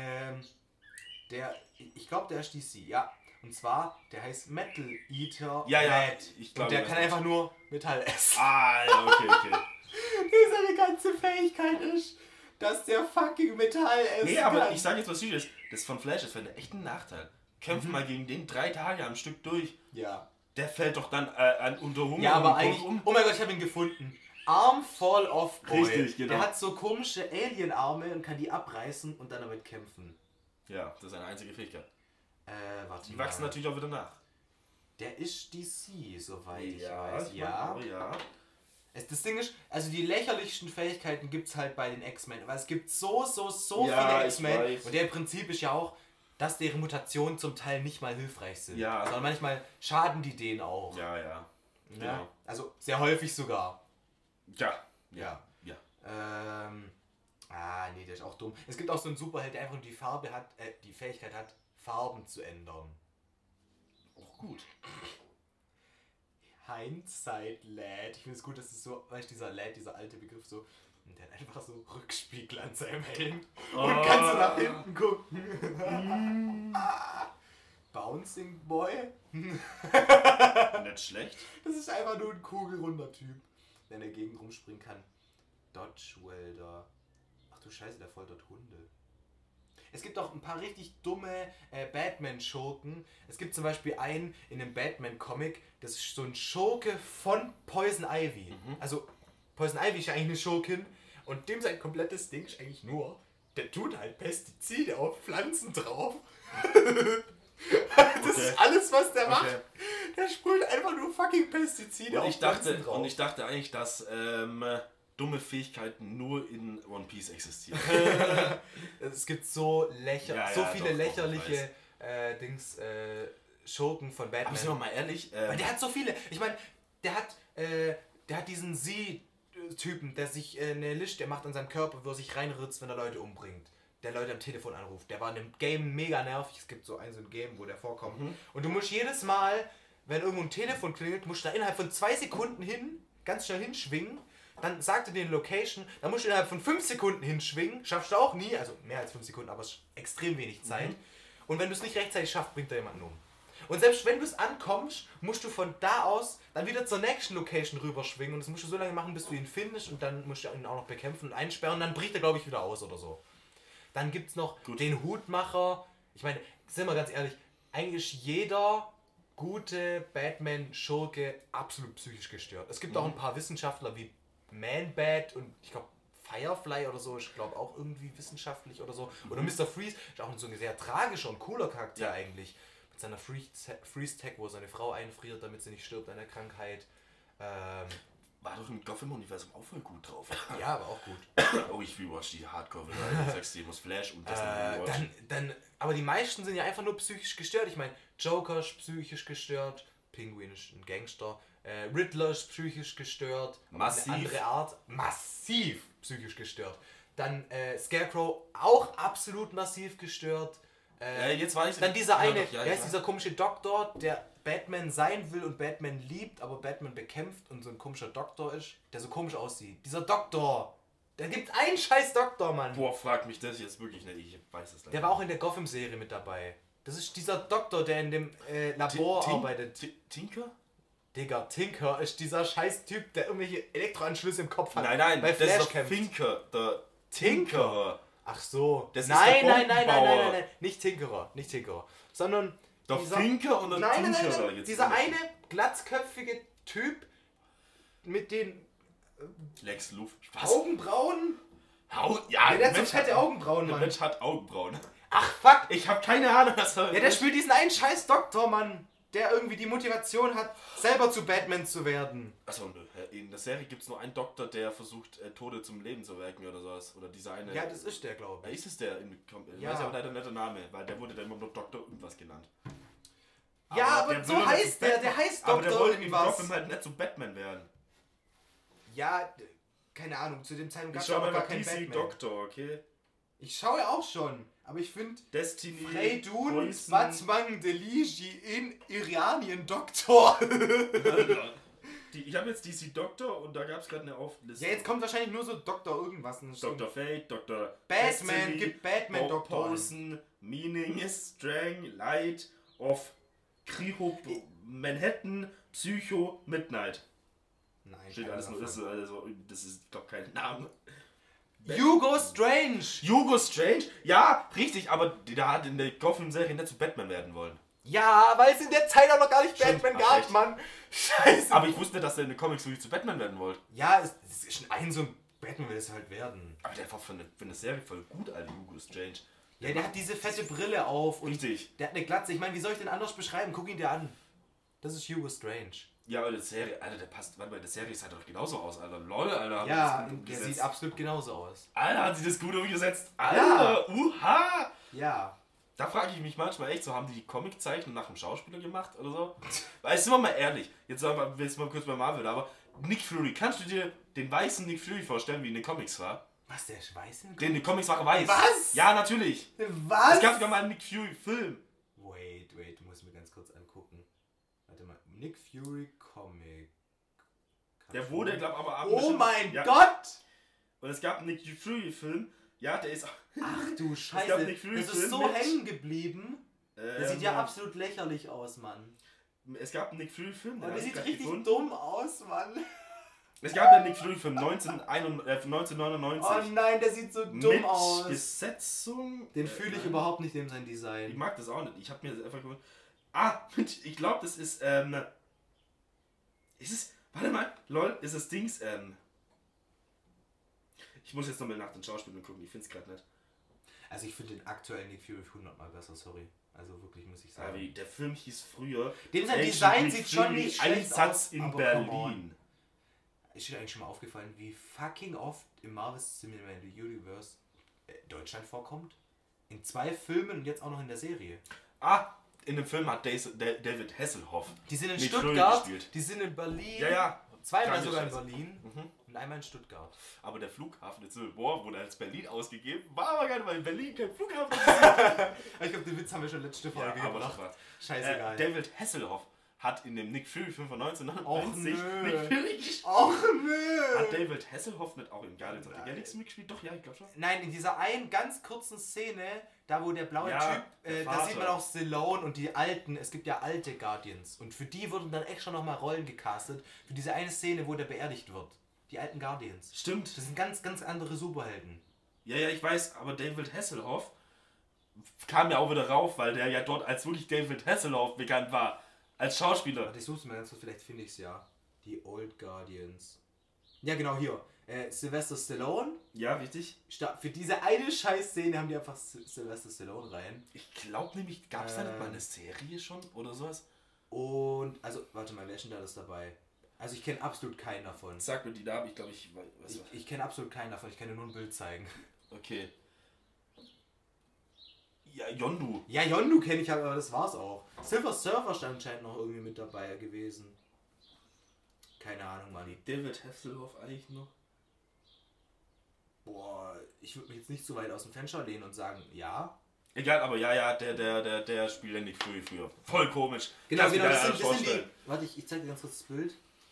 S3: ich glaube, der ist DC, ja. Und zwar, der heißt Metal Eater.
S2: Ja,
S3: ich glaube. Und der kann einfach nur Metall essen.
S2: Ah, ja, okay.
S3: Seine ganze Fähigkeit ist, dass der fucking Metall essen
S2: Nee, aber ich sage jetzt was Süßes. Das von Flash ist für einen echten Nachteil. Kämpf mal gegen den 3 Tage am Stück durch.
S3: Ja.
S2: Der fällt doch dann unter Hunger.
S3: Ja, aber eigentlich. Oh mein Gott, ich habe ihn gefunden. Arm Fall Off Boy.
S2: Richtig, genau.
S3: Der hat so komische Alien-Arme und kann die abreißen und dann damit kämpfen.
S2: Ja, das ist seine einzige Fähigkeit.
S3: Warte
S2: die wachsen natürlich auch wieder nach.
S3: Der ist DC, soweit ich
S2: weiß.
S3: Ja. Das Ding ist, also die lächerlichsten Fähigkeiten gibt es halt bei den X-Men. Aber es gibt so viele X-Men. Und der im Prinzip ist ja auch, dass deren Mutationen zum Teil nicht mal hilfreich sind.
S2: Ja.
S3: Sondern manchmal schaden die denen auch.
S2: Ja.
S3: Genau. Also sehr häufig sogar.
S2: Ja.
S3: Nee, der ist auch dumm. Es gibt auch so einen Superheld, der einfach nur die Fähigkeit hat, Farben zu ändern.
S2: Auch gut.
S3: Hindsight Lad. Ich finde es gut, dass es so, weißt du, dieser alte Begriff so, und der hat einfach so Rückspiegel an seinem Helm und kannst du nach hinten gucken. Bouncing Boy.
S2: Nicht schlecht.
S3: Das ist einfach nur ein kugelrunder Typ, der in der Gegend rumspringen kann. Dodge Welder. Ach du Scheiße, der foltert Hunde. Es gibt auch ein paar richtig dumme Batman-Schurken. Es gibt zum Beispiel einen in einem Batman-Comic, das ist so ein Schurke von Poison Ivy. Also Poison Ivy ist ja eigentlich eine Schurkin und dem sein komplettes Ding ist eigentlich nur, der tut halt Pestizide auf Pflanzen drauf. Das ist alles, was der macht. Der sprüht einfach nur fucking Pestizide auf Pflanzen drauf.
S2: Und ich dachte eigentlich, dass dumme Fähigkeiten nur in One Piece existieren.
S3: Es gibt so viele lächerliche Schurken von Batman.
S2: Aber sind wir mal ehrlich.
S3: Weil der hat so viele. Ich meine, der hat diesen Sie-Typen, der sich eine Liste macht an seinem Körper, wo er sich reinritzt, wenn er Leute umbringt. Der Leute am Telefon anruft. Der war in dem Game mega nervig. Es gibt so ein Game, wo der vorkommt. Und du musst jedes Mal, wenn irgendwo ein Telefon klingelt, musst du da innerhalb von 2 Sekunden ganz schnell hinschwingen. Dann sagt er dir eine Location, dann musst du innerhalb von 5 Sekunden hinschwingen. Schaffst du auch nie, also mehr als 5 Sekunden, aber es ist extrem wenig Zeit. Und wenn du es nicht rechtzeitig schaffst, bringt er jemanden um. Und selbst wenn du es ankommst, musst du von da aus dann wieder zur nächsten Location rüberschwingen. Und das musst du so lange machen, bis du ihn findest. Und dann musst du ihn auch noch bekämpfen und einsperren. Und dann bricht er, glaube ich, wieder aus oder so. Dann gibt es noch den Hutmacher. Ich meine, sind wir ganz ehrlich, eigentlich ist jeder gute Batman-Schurke absolut psychisch gestört. Es gibt auch ein paar Wissenschaftler wie Man-Bat und ich glaube Firefly oder so, ich glaube auch irgendwie wissenschaftlich oder so. Oder Mr. Freeze, ist auch so ein sehr tragischer und cooler Charakter eigentlich. Mit seiner Freeze-Tag, wo seine Frau einfriert, damit sie nicht stirbt an der Krankheit.
S2: War doch im Gotham-Universum auch voll gut drauf.
S3: Ja, aber auch gut.
S2: Oh, ich rewatch die Hardcore, weil du sagst, ich muss Flash und das
S3: dann, aber die meisten sind ja einfach nur psychisch gestört. Ich meine, Joker ist psychisch gestört, Penguin ist ein Gangster, Riddler ist psychisch gestört,
S2: massiv.
S3: Eine andere Art, massiv psychisch gestört. Dann Scarecrow auch absolut massiv gestört.
S2: Jetzt weiß ich.
S3: Dann dieser dieser komische Doktor, der Batman sein will und Batman liebt, aber Batman bekämpft und so ein komischer Doktor ist, der so komisch aussieht. Dieser Doktor! Da gibt einen scheiß Doktor, Mann!
S2: Boah, frag mich das jetzt wirklich nicht. Ich weiß es leider.
S3: Der war auch in der Gotham-Serie mit dabei. Das ist dieser Doktor, der in dem Labor arbeitet.
S2: Tinker?
S3: Digga, Tinker ist dieser scheiß Typ, der irgendwelche Elektroanschlüsse im Kopf hat.
S2: Nein,
S3: bei
S2: das
S3: Flash
S2: ist der Finker, der Tinkerer.
S3: Ach so.
S2: Das
S3: nein,
S2: ist der
S3: nein, nicht Tinkerer, sondern
S2: der Finker und der Tinkerer.
S3: Nein, dieser eine glatzköpfige Typ mit den
S2: Lex Luft.
S3: Augenbrauen?
S2: Ja,
S3: der hat so fette Augenbrauen, Mann.
S2: Der Mensch hat Augenbrauen.
S3: Ach, fuck.
S2: Ich hab keine Ahnung, was er...
S3: Ja, der spielt diesen einen scheiß Doktor, Mann. Der irgendwie die Motivation hat, selber zu Batman zu werden.
S2: Achso, in der Serie gibt es nur einen Doktor, der versucht, Tode zum Leben zu erwecken oder sowas. Oder dieser eine...
S3: Ja, das ist der, glaube ich.
S2: Ist es der? Ich weiß aber leider nicht der Name, weil der wurde dann immer nur Doktor irgendwas genannt.
S3: Ja, aber so heißt der heißt Doktor
S2: aber der wollte
S3: irgendwas.
S2: Gotham halt nicht zu Batman werden.
S3: Ja, keine Ahnung, zu dem Zeitpunkt
S2: gab
S3: es
S2: aber
S3: gar
S2: keinen Batman. Doktor, okay?
S3: Ich schaue ja auch schon, aber ich finde
S2: Destiny,
S3: Freydun, Batman, Deligi in Iranien Doktor.
S2: Ich habe jetzt DC Doktor und da gab es gerade eine Auflistung.
S3: Ja, jetzt kommt wahrscheinlich nur so Doktor irgendwas.
S2: Dr. Fate, Dr.
S3: Batman,
S2: Destiny,
S3: gibt Batman Doktor.
S2: Poison, Meaning, Strength, Light of Cryo, Manhattan, Psycho, Midnight.
S3: Nein,
S2: steht alles nur, das ist, glaube kein Name.
S3: Hugo Strange!
S2: Hugo Strange? Ja, richtig, aber der hat in der Gotham-Serie nicht zu Batman werden wollen.
S3: Ja, weil es in der Zeit auch noch gar nicht Batman gab, echt? Mann. Scheiße.
S2: Aber ich wusste nicht, dass er in den Comics wirklich zu Batman werden wollte.
S3: Ja, es ist schon so ein Batman will es halt werden.
S2: Aber der war für eine Serie voll gut, Alter, Hugo Strange.
S3: Ja, der hat diese fette Brille auf. Und
S2: richtig.
S3: Der hat eine Glatze. Ich meine, wie soll ich den anders beschreiben? Guck ihn dir an. Das ist Hugo Strange.
S2: Ja, aber die Serie, Alter, der passt, warte mal, der Serie sah doch genauso aus, Alter. Lol, Alter.
S3: Ja, der sieht absolut genauso aus.
S2: Alter, hat sie das gut umgesetzt? Alter, uha!
S3: Ja.
S2: Da frage ich mich manchmal echt so, haben die Comiczeichen nach dem Schauspieler gemacht oder so? Weil, sind wir mal ehrlich, jetzt mal kurz bei Marvel, aber Nick Fury, kannst du dir den weißen Nick Fury vorstellen, wie in den Comics war?
S3: Was, der ist weiß?
S2: Den in den Comics war er weiß.
S3: Was?
S2: Ja, natürlich.
S3: Was?
S2: Es gab sogar mal einen Nick Fury Film.
S3: Wait, du musst mir ganz kurz angucken. Warte mal, Nick Fury Comic.
S2: Der wurde, glaube ich, aber...
S3: Oh mein Gott!
S2: Und es gab einen Nick Fury Film. Ja, der ist...
S3: Ach du Scheiße, das ist so hängen geblieben. Der sieht ja absolut lächerlich aus, Mann.
S2: Es gab einen Nick Fury Film.
S3: Der sieht richtig dumm aus, Mann.
S2: Es gab einen Nick Fury Film 1999.
S3: Oh nein, der sieht so dumm aus.
S2: Mit Besetzung...
S3: Den fühle ich überhaupt nicht, dem sein Design.
S2: Ich mag das auch nicht. Ich habe mir das einfach gewundert. Ich glaube, das ist... Ist es... Warte mal, lol, ist das Dings... Ich muss jetzt nochmal nach den Schauspielern gucken, ich finde es gerade nicht.
S3: Also ich finde den aktuellen Nick Fury 100 Mal besser, sorry. Also wirklich, muss ich sagen.
S2: Aber der Film hieß früher...
S3: Dem sein Design sieht schon nicht schlecht aus.
S2: Einsatz in Berlin.
S3: Ist dir eigentlich schon mal aufgefallen, wie fucking oft im Marvel Cinematic Universe Deutschland vorkommt? In 2 Filmen und jetzt auch noch in der Serie.
S2: in dem Film hat David Hasselhoff.
S3: Die sind in Stuttgart, die sind in Berlin.
S2: Ja.
S3: Zweimal sogar in Berlin und einmal in Stuttgart.
S2: Aber der Flughafen in Silberbohr wurde als Berlin ausgegeben. War aber gar nicht, weil in Berlin kein Flughafen ist.
S3: Ich glaube, den Witz haben wir schon letzte Folge
S2: gemacht.
S3: Scheißegal.
S2: David Hasselhoff hat in dem Nick Fury Film von 1990
S3: Nick
S2: Fury gespielt.
S3: Och nö!
S2: Hat David Hasselhoff nicht auch in Guardians of the Galaxy mitgespielt? Doch, ja, ich glaube schon.
S3: Nein, in dieser einen ganz kurzen Szene, da wo der blaue Typ, da sieht man auch Stallone und die alten, es gibt ja alte Guardians. Und für die wurden dann extra nochmal Rollen gecastet, für diese eine Szene, wo der beerdigt wird. Die alten Guardians.
S2: Stimmt.
S3: Das sind ganz, ganz andere Superhelden.
S2: Ja, ich weiß, aber David Hasselhoff kam ja auch wieder rauf, weil der ja dort als wirklich David Hasselhoff bekannt war. Als Schauspieler.
S3: Warte, ich such's mal ganz kurz, vielleicht finde ich's ja. Die Old Guardians. Ja, genau, hier. Sylvester Stallone.
S2: Ja, richtig.
S3: Für diese eine Scheißszene haben die einfach Sylvester Stallone rein.
S2: Ich glaube nämlich, gab es da nicht mal eine Serie schon oder sowas?
S3: Und, also, warte mal, wer ist denn da das dabei? Also ich kenne absolut keinen davon.
S2: Sag mir die Namen, ich glaube,
S3: ich kenne absolut keinen davon, ich kann dir nur ein Bild zeigen.
S2: Okay. Ja, Yondu.
S3: Ja, Yondu kenne ich, aber das war's auch. Silver Surfer stand anscheinend noch irgendwie mit dabei gewesen. Keine Ahnung, Mann.
S2: David Hasselhoff eigentlich noch?
S3: Boah, ich würde mich jetzt nicht so weit aus dem Fenster lehnen und sagen, ja.
S2: Egal, aber der spielt ja nicht früher. Voll komisch.
S3: Genau, das sind die... Warte, ich zeig dir ganz kurz das Bild.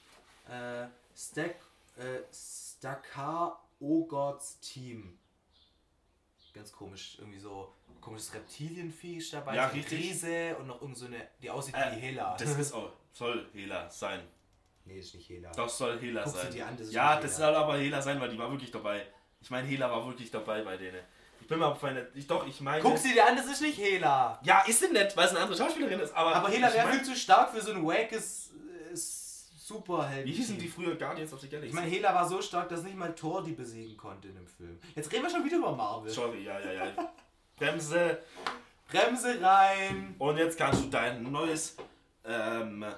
S3: Stakar Ogots Team. Ganz komisch, irgendwie so komisches Reptilienvieh ist dabei,
S2: ja,
S3: so eine Riese und noch irgend so eine, die aussieht wie Hela.
S2: Das ist auch, soll Hela sein.
S3: Nee, ist nicht Hela.
S2: Doch, soll Hela
S3: Guck
S2: sein.
S3: Sie die an, das ist
S2: ja,
S3: Hela.
S2: Das soll aber Hela sein, weil die war wirklich dabei. Ich meine, Hela war wirklich dabei bei denen. Ich bin mal auf eine... ich meine...
S3: Guck sie dir an, das ist nicht Hela.
S2: Ja, ist sie nett, weil es eine andere Schauspielerin ist, aber
S3: Hela wäre viel zu stark für so ein wackes Superheld.
S2: Wie hießen die früher Guardians of the Galaxy?
S3: Ich meine, Hela war so stark, dass nicht mal Thor die besiegen konnte in dem Film. Jetzt reden wir schon wieder über Marvel.
S2: Sorry, ja. Bremse
S3: rein.
S2: Und jetzt kannst du dein neues...
S3: Digga,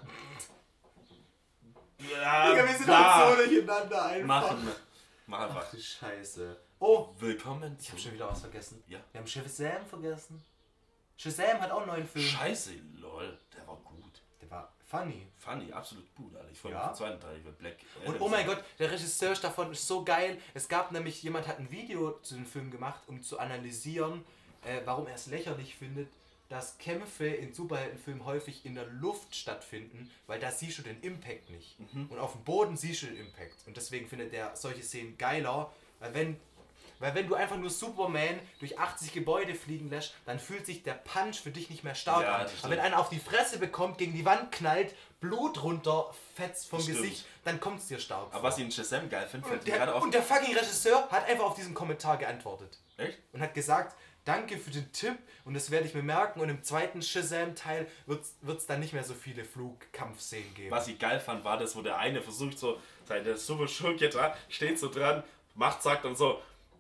S3: wir sind halt so durcheinander einfach.
S2: Mach einfach.
S3: Ach du Scheiße. Oh,
S2: willkommen.
S3: Ich hab schon wieder was vergessen.
S2: Ja.
S3: Wir haben Shazam vergessen. Shazam hat auch einen neuen Film.
S2: Scheiße, lol. Der war gut.
S3: Der war funny.
S2: Funny, absolut gut, Alter. Ich freue mich auf den zweiten Teil über Black Adam.
S3: Und oh mein Gott, der Regisseur davon ist so geil. Es gab nämlich, jemand hat ein Video zu dem Film gemacht, um zu analysieren, warum er es lächerlich findet, dass Kämpfe in Superheldenfilmen häufig in der Luft stattfinden, weil da siehst du den Impact nicht. Und auf dem Boden siehst du den Impact. Und deswegen findet er solche Szenen geiler, weil wenn du einfach nur Superman durch 80 Gebäude fliegen lässt, dann fühlt sich der Punch für dich nicht mehr stark an. Aber wenn einer auf die Fresse bekommt, gegen die Wand knallt, Blut runterfetzt vom Gesicht, dann kommt es dir stark vor.
S2: Aber was ich in Shazam geil finde,
S3: und der fucking Regisseur hat einfach auf diesen Kommentar geantwortet.
S2: Echt?
S3: Und hat gesagt, danke für den Tipp und das werde ich mir merken und im zweiten Shazam-Teil wird es dann nicht mehr so viele Flugkampfszenen geben.
S2: Was ich geil fand, war das, wo der eine versucht so, seine Super Schurke dran, steht so dran, sagt dann so,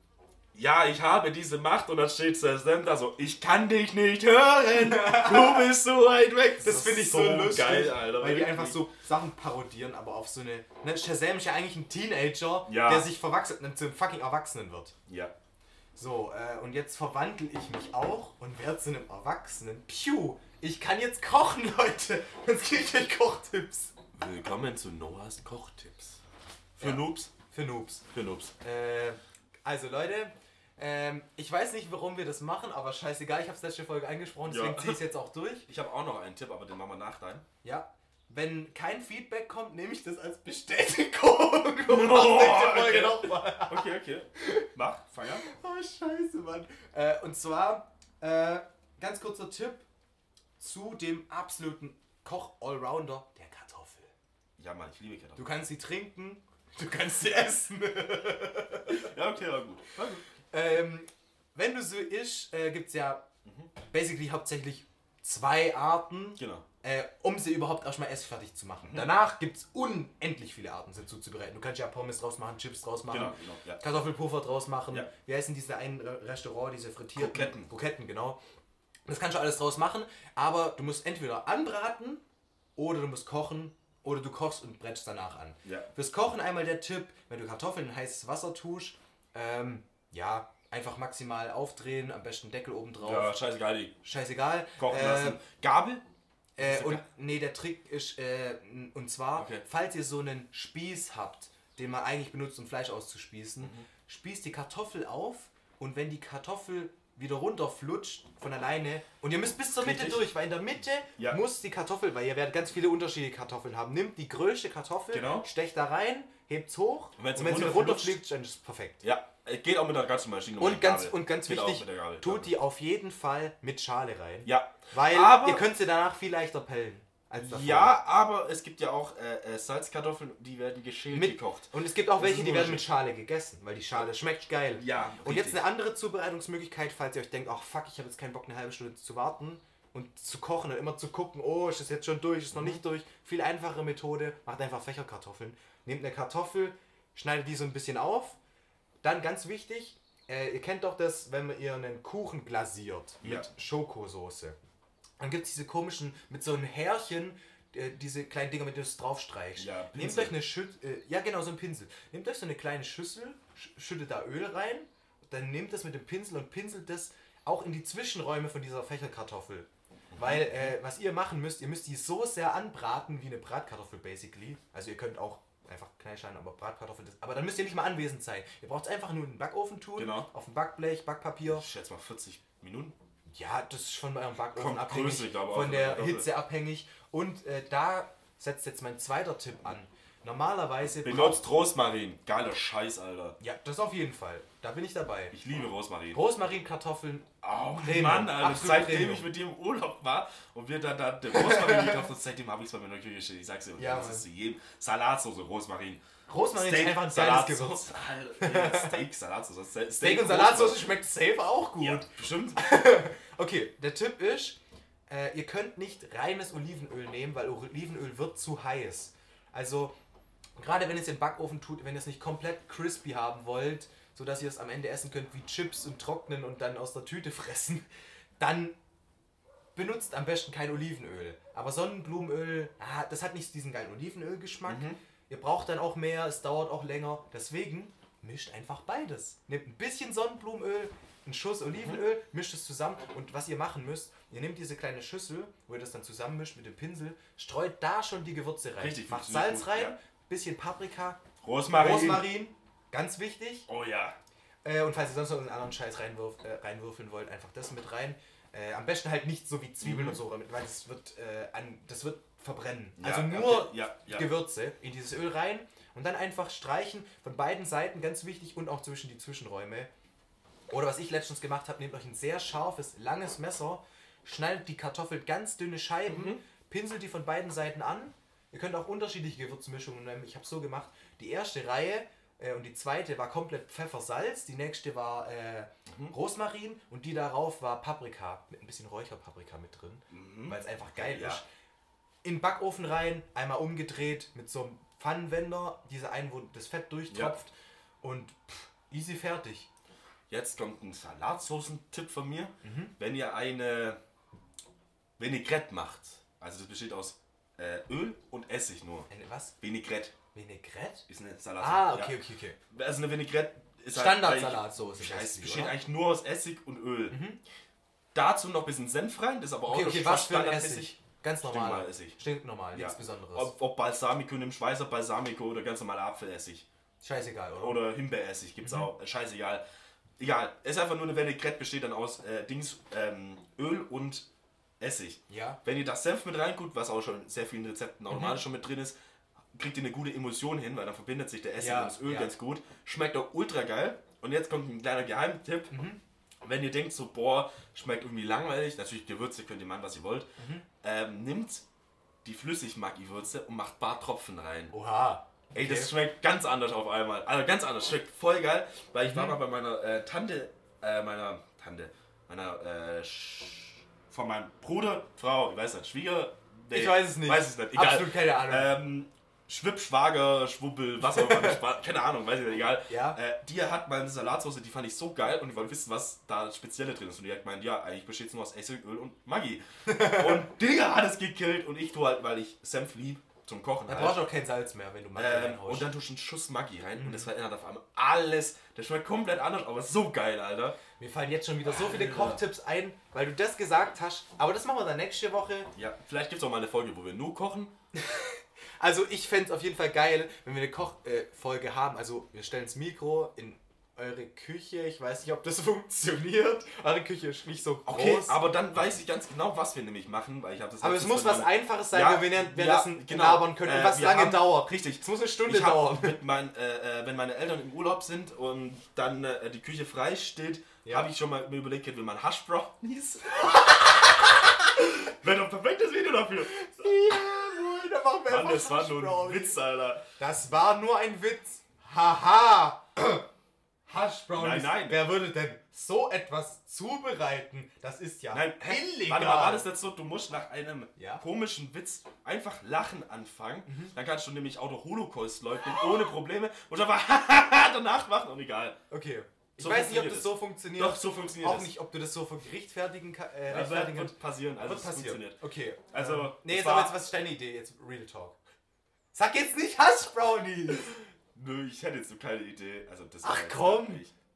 S2: ja, ich habe diese Macht und dann steht Shazam da so, ich kann dich nicht hören, du bist so weit weg. Das finde ich so lustig, geil, Alter.
S3: Weil die einfach so Sachen parodieren, aber auf so eine... Ne, Shazam ist ja eigentlich ein Teenager, der sich zu einem fucking Erwachsenen wird.
S2: Ja.
S3: So, und jetzt verwandle ich mich auch und werde zu einem Erwachsenen. Piu, ich kann jetzt kochen, Leute. Jetzt kriege ich euch Kochtipps.
S2: Willkommen zu Noahs Kochtipps. Für Noobs?
S3: Für Noobs.
S2: Für Noobs.
S3: Also Leute, ich weiß nicht, warum wir das machen, aber scheißegal, ich habe es letzte Folge angesprochen, deswegen ziehe ich es jetzt auch durch.
S2: Ich habe auch noch einen Tipp, aber den machen wir nach deinem.
S3: Ja. Wenn kein Feedback kommt, nehme ich das als Bestätigung. Folge nochmal.
S2: Okay. Mach, feier.
S3: Oh, scheiße, Mann. Und zwar, ganz kurzer Tipp zu dem absoluten Koch-Allrounder, der Kartoffel.
S2: Ja, Mann, ich liebe Kartoffeln.
S3: Du kannst sie trinken, du kannst sie essen.
S2: Ja, okay, war gut.
S3: Wenn du so isst, gibt es ja basically hauptsächlich 2 Arten.
S2: Genau.
S3: Um sie überhaupt erstmal essfertig zu machen. Danach gibt es unendlich viele Arten, sie zuzubereiten. Du kannst ja Pommes draus machen, Chips draus machen,
S2: genau, ja.
S3: Kartoffelpuffer draus machen.
S2: Ja.
S3: Wie heißen diese einen Restaurant, diese frittierten?
S2: Kroketten,
S3: genau. Das kannst du alles draus machen, aber du musst entweder anbraten oder du musst kochen oder du kochst und brätst danach an.
S2: Ja.
S3: Fürs Kochen einmal der Tipp, wenn du Kartoffeln in heißes Wasser tust, einfach maximal aufdrehen, am besten Deckel oben drauf.
S2: Ja, scheißegal.
S3: Scheißegal.
S2: Kochen lassen. Gabel?
S3: Der Trick ist, und zwar, falls ihr so einen Spieß habt, den man eigentlich benutzt, um Fleisch auszuspießen, spießt die Kartoffel auf und wenn die Kartoffel wieder runterflutscht von alleine und ihr müsst bis zur Mitte durch, weil in der Mitte muss die Kartoffel, weil ihr werdet ganz viele unterschiedliche Kartoffeln haben, nimmt die größte Kartoffel, stecht da rein, hebt's hoch und wenn sie runterfliegt, dann ist es perfekt.
S2: Ja, geht auch mit der ganz Maschine.
S3: Und ganz wichtig, tut die auf jeden Fall mit Schale rein.
S2: Ja.
S3: Weil ihr könnt sie danach viel leichter pellen. Als davor.
S2: Ja, aber es gibt ja auch Salzkartoffeln, die werden geschält gekocht.
S3: Und es gibt auch welche, die werden mit Schale gegessen, weil die Schale schmeckt geil.
S2: Ja,
S3: und jetzt eine andere Zubereitungsmöglichkeit, falls ihr euch denkt, ach fuck, ich habe jetzt keinen Bock, eine halbe Stunde zu warten und zu kochen und immer zu gucken, oh, ist das jetzt schon durch, ist noch nicht durch. Viel einfachere Methode, macht einfach Fächerkartoffeln. Nehmt eine Kartoffel, schneidet die so ein bisschen auf. Dann ganz wichtig, ihr kennt doch das, wenn ihr einen Kuchen glasiert mit Schokosoße. Dann gibt es diese komischen, mit so einem Härchen, diese kleinen Dinger, mit denen du es draufstreichst.
S2: Ja,
S3: nehmt euch eine so ein Pinsel. Nehmt euch so eine kleine Schüssel, schüttet da Öl rein, dann nehmt das mit dem Pinsel und pinselt das auch in die Zwischenräume von dieser Fächerkartoffel. Weil, was ihr machen müsst, ihr müsst die so sehr anbraten wie eine Bratkartoffel basically. Also ihr könnt auch einfach Knallschalen, aber Bratkartoffel, aber dann müsst ihr nicht mal anwesend sein. Ihr braucht es einfach nur in den Backofen tun, auf dem Backblech, Backpapier.
S2: Ich schätze mal 40 Minuten.
S3: Ja, das ist von eurem Backofen abhängig, von der Hitze abhängig. Und da setzt jetzt mein zweiter Tipp an. Normalerweise...
S2: Benutzt Rosmarin. Geiler Scheiß, Alter.
S3: Ja, das auf jeden Fall. Da bin ich dabei.
S2: Ich liebe Rosmarin.
S3: Rosmarinkartoffeln.
S2: Oh Mann, Alter. Seitdem ich mit dir im Urlaub war und wir dann den Rosmarin gekauft haben, seitdem habe ich es bei mir in der Küche stehen. Ich sag's dir, das ist zu jedem. Salatsauce, Rosmarin.
S3: Rosmarin ist einfach ein geiles Gewürz.
S2: Steak, Salatsauce.
S3: Steak und Salatsauce schmeckt safe auch gut.
S2: Ja, bestimmt.
S3: Okay, der Tipp ist, ihr könnt nicht reines Olivenöl nehmen, weil Olivenöl wird zu heiß. Also, gerade wenn ihr es in den Backofen tut, wenn ihr es nicht komplett crispy haben wollt, sodass ihr es am Ende essen könnt wie Chips und trocknen und dann aus der Tüte fressen, dann benutzt am besten kein Olivenöl. Aber Sonnenblumenöl, das hat nicht diesen geilen Olivenölgeschmack. Ihr braucht dann auch mehr, es dauert auch länger. Deswegen mischt einfach beides. Nehmt ein bisschen Sonnenblumenöl, einen Schuss Olivenöl, mischt es zusammen. Und was ihr machen müsst, ihr nehmt diese kleine Schüssel, wo ihr das dann zusammenmischt mit dem Pinsel, streut da schon die Gewürze rein.
S2: Richtig,
S3: macht Salz rein, bisschen Paprika,
S2: Rosmarin,
S3: ganz wichtig.
S2: Oh ja.
S3: Und falls ihr sonst noch einen anderen Scheiß reinwürfeln wollt, einfach das mit rein. Am besten halt nicht so wie Zwiebeln und so, weil das wird verbrennen. Ja, also nur Gewürze in dieses Öl rein und dann einfach streichen von beiden Seiten, ganz wichtig, und auch zwischen die Zwischenräume. Oder was ich letztens gemacht habe, nehmt euch ein sehr scharfes, langes Messer, schneidet die Kartoffeln ganz dünne Scheiben, pinselt die von beiden Seiten an. Ihr könnt auch unterschiedliche Gewürzmischungen nehmen. Ich habe so gemacht, die erste Reihe und die zweite war komplett Pfeffer-Salz, die nächste war Rosmarin und die darauf war Paprika, mit ein bisschen Räucherpaprika mit drin, weil es einfach geil ist. In den Backofen rein, einmal umgedreht mit so einem Pfannenwender, diese einen, wo das Fett durchtropft und easy fertig.
S2: Jetzt kommt ein Salatsoßen-Tipp von mir. Wenn ihr eine Vinaigrette macht, also das besteht aus Öl und Essig nur.
S3: Eine was?
S2: Vinaigrette.
S3: Vinaigrette?
S2: Ist eine Salatsoße.
S3: Okay.
S2: Also eine Vinaigrette ist
S3: Standard-Salatsoße.
S2: Scheiße, besteht eigentlich nur aus Essig und Öl. Dazu noch ein bisschen Senf rein, das ist aber auch
S3: was für ein Essig? Ganz normal.
S2: Essig.
S3: Stinknormal, nichts Besonderes.
S2: Ob Balsamico nimmst, weißer Balsamico oder ganz normaler Apfelessig.
S3: Scheißegal, oder?
S2: Oder Himbeeressig gibt's auch. Scheißegal. Egal. Es ist einfach nur eine Vinaigrette, besteht dann aus Öl und Essig.
S3: Ja.
S2: Wenn ihr das Senf mit reintut, was auch schon in sehr vielen Rezepten automatisch schon mit drin ist, kriegt ihr eine gute Emulsion hin, weil dann verbindet sich der Essig und das Öl ganz gut. Schmeckt auch ultra geil. Und jetzt kommt ein kleiner Geheimtipp. Wenn ihr denkt so, boah, schmeckt irgendwie langweilig, natürlich Gewürze könnt ihr machen, was ihr wollt, nimmt die Flüssig-Maggi-Würze und macht Bartropfen rein.
S3: Oha.
S2: Ey, das schmeckt ganz anders auf einmal. Also ganz anders, schmeckt voll geil, weil ich war mal bei meiner von meinem Bruder, Frau, ich weiß nicht, Schwieger... Nee,
S3: ich weiß es nicht.
S2: Egal.
S3: Absolut keine Ahnung.
S2: Schwipp, Schwager, Schwuppel, was auch immer, keine Ahnung, weiß ich nicht, egal.
S3: Ja.
S2: Die hat mal eine Salatsauce, die fand ich so geil und ich wollte wissen, was da das Spezielle drin ist. Und die hat gemeint, ja, eigentlich besteht es nur aus Essig, Öl und Maggi. Und Digga hat es gekillt und ich tue halt, weil ich Senf lieb, zum Kochen.
S3: Da brauchst du auch kein Salz mehr, wenn du Maggi reinhaust.
S2: Und dann tust du einen Schuss Maggi rein und das verändert auf einmal alles. Das schmeckt komplett anders, aber so geil, Alter.
S3: Mir fallen jetzt schon wieder so viele Kochtipps ein, weil du das gesagt hast. Aber das machen wir dann nächste Woche.
S2: Ja, vielleicht gibt es auch mal eine Folge, wo wir nur kochen.
S3: Also ich fände es auf jeden Fall geil, wenn wir eine Kochfolge haben. Also wir stellen das Mikro in eure Küche. Ich weiß nicht, ob das funktioniert. Eure Küche ist nicht so groß.
S2: Okay, aber dann weiß ich ganz genau, was wir nämlich machen, weil ich habe das.
S3: Aber es muss was Einfaches sein,
S2: ja,
S3: wo wir währenddessen
S2: genau.
S3: labern können und was lange dauert.
S2: Richtig.
S3: Es muss eine Stunde dauern.
S2: Wenn meine Eltern im Urlaub sind und dann die Küche frei steht, habe ich schon mal mir überlegt, wie man Hash Brownies. Wäre doch perfektes Video dafür.
S3: Jawohl, da machen wir
S2: Mann, das war nur ein Witz, Alter.
S3: Das war nur ein Witz. Haha. Hash Brownies.
S2: Nein.
S3: Wer würde denn so etwas zubereiten? Das ist ja illegal.
S2: Warte mal, war das jetzt so, du musst nach einem komischen Witz einfach lachen anfangen. Dann kannst du nämlich auch der Holocaust leugnen, ohne Probleme. Und einfach danach machen und egal.
S3: Okay. Ich
S2: So
S3: weiß nicht, ob das
S2: das
S3: so funktioniert.
S2: Doch, so funktioniert
S3: auch
S2: das.
S3: nicht, ob du das so vor Gericht fertigen kannst.
S2: Wird passieren, also es funktioniert.
S3: Okay.
S2: Also,
S3: nee, was ist deine Idee? Jetzt Real Talk. Sag jetzt nicht Hash Brownies!
S2: Nö, ich hätte jetzt so keine Idee. Also das
S3: Ach komm!